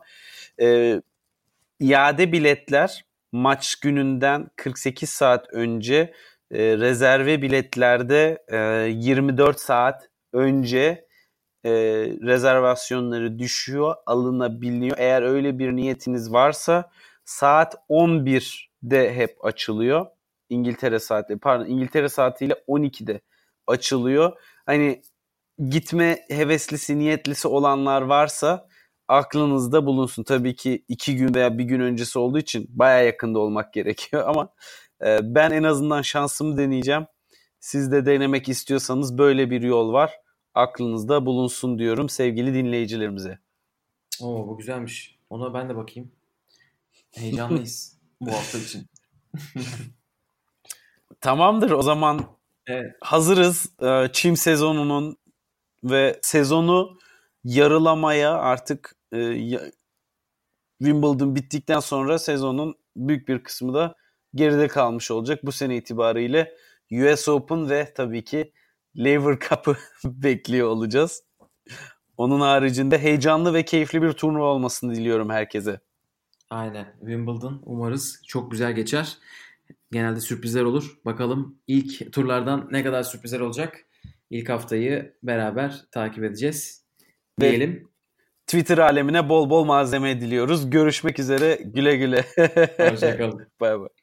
İade biletler maç gününden 48 saat önce, rezerve biletlerde 24 saat önce rezervasyonları düşüyor, alınabiliyor. Eğer öyle bir niyetiniz varsa saat 11'de hep açılıyor. İngiltere saatiyle 12'de açılıyor. Hani gitme heveslisi, niyetlisi olanlar varsa aklınızda bulunsun. Tabii ki 2 gün veya 1 gün öncesi olduğu için bayağı yakında olmak gerekiyor ama ben en azından şansımı deneyeceğim. Siz de denemek istiyorsanız böyle bir yol var. Aklınızda bulunsun diyorum sevgili dinleyicilerimize. Oo, bu güzelmiş. Ona ben de bakayım. Heyecanlıyız bu hafta için. Tamamdır o zaman. Evet. Hazırız çim sezonunun ve sezonu yarılamaya artık Wimbledon bittikten sonra sezonun büyük bir kısmı da geride kalmış olacak. Bu sene itibariyle US Open ve tabii ki Laver Cup'ı bekliyor olacağız. Onun haricinde heyecanlı ve keyifli bir turnuva olmasını diliyorum herkese. Aynen. Wimbledon umarız çok güzel geçer. Genelde sürprizler olur. Bakalım ilk turlardan ne kadar sürprizler olacak. İlk haftayı beraber takip edeceğiz. Diyelim. Twitter alemine bol bol malzeme diliyoruz. Görüşmek üzere. Güle güle. Hoşçakalın. Bay bay.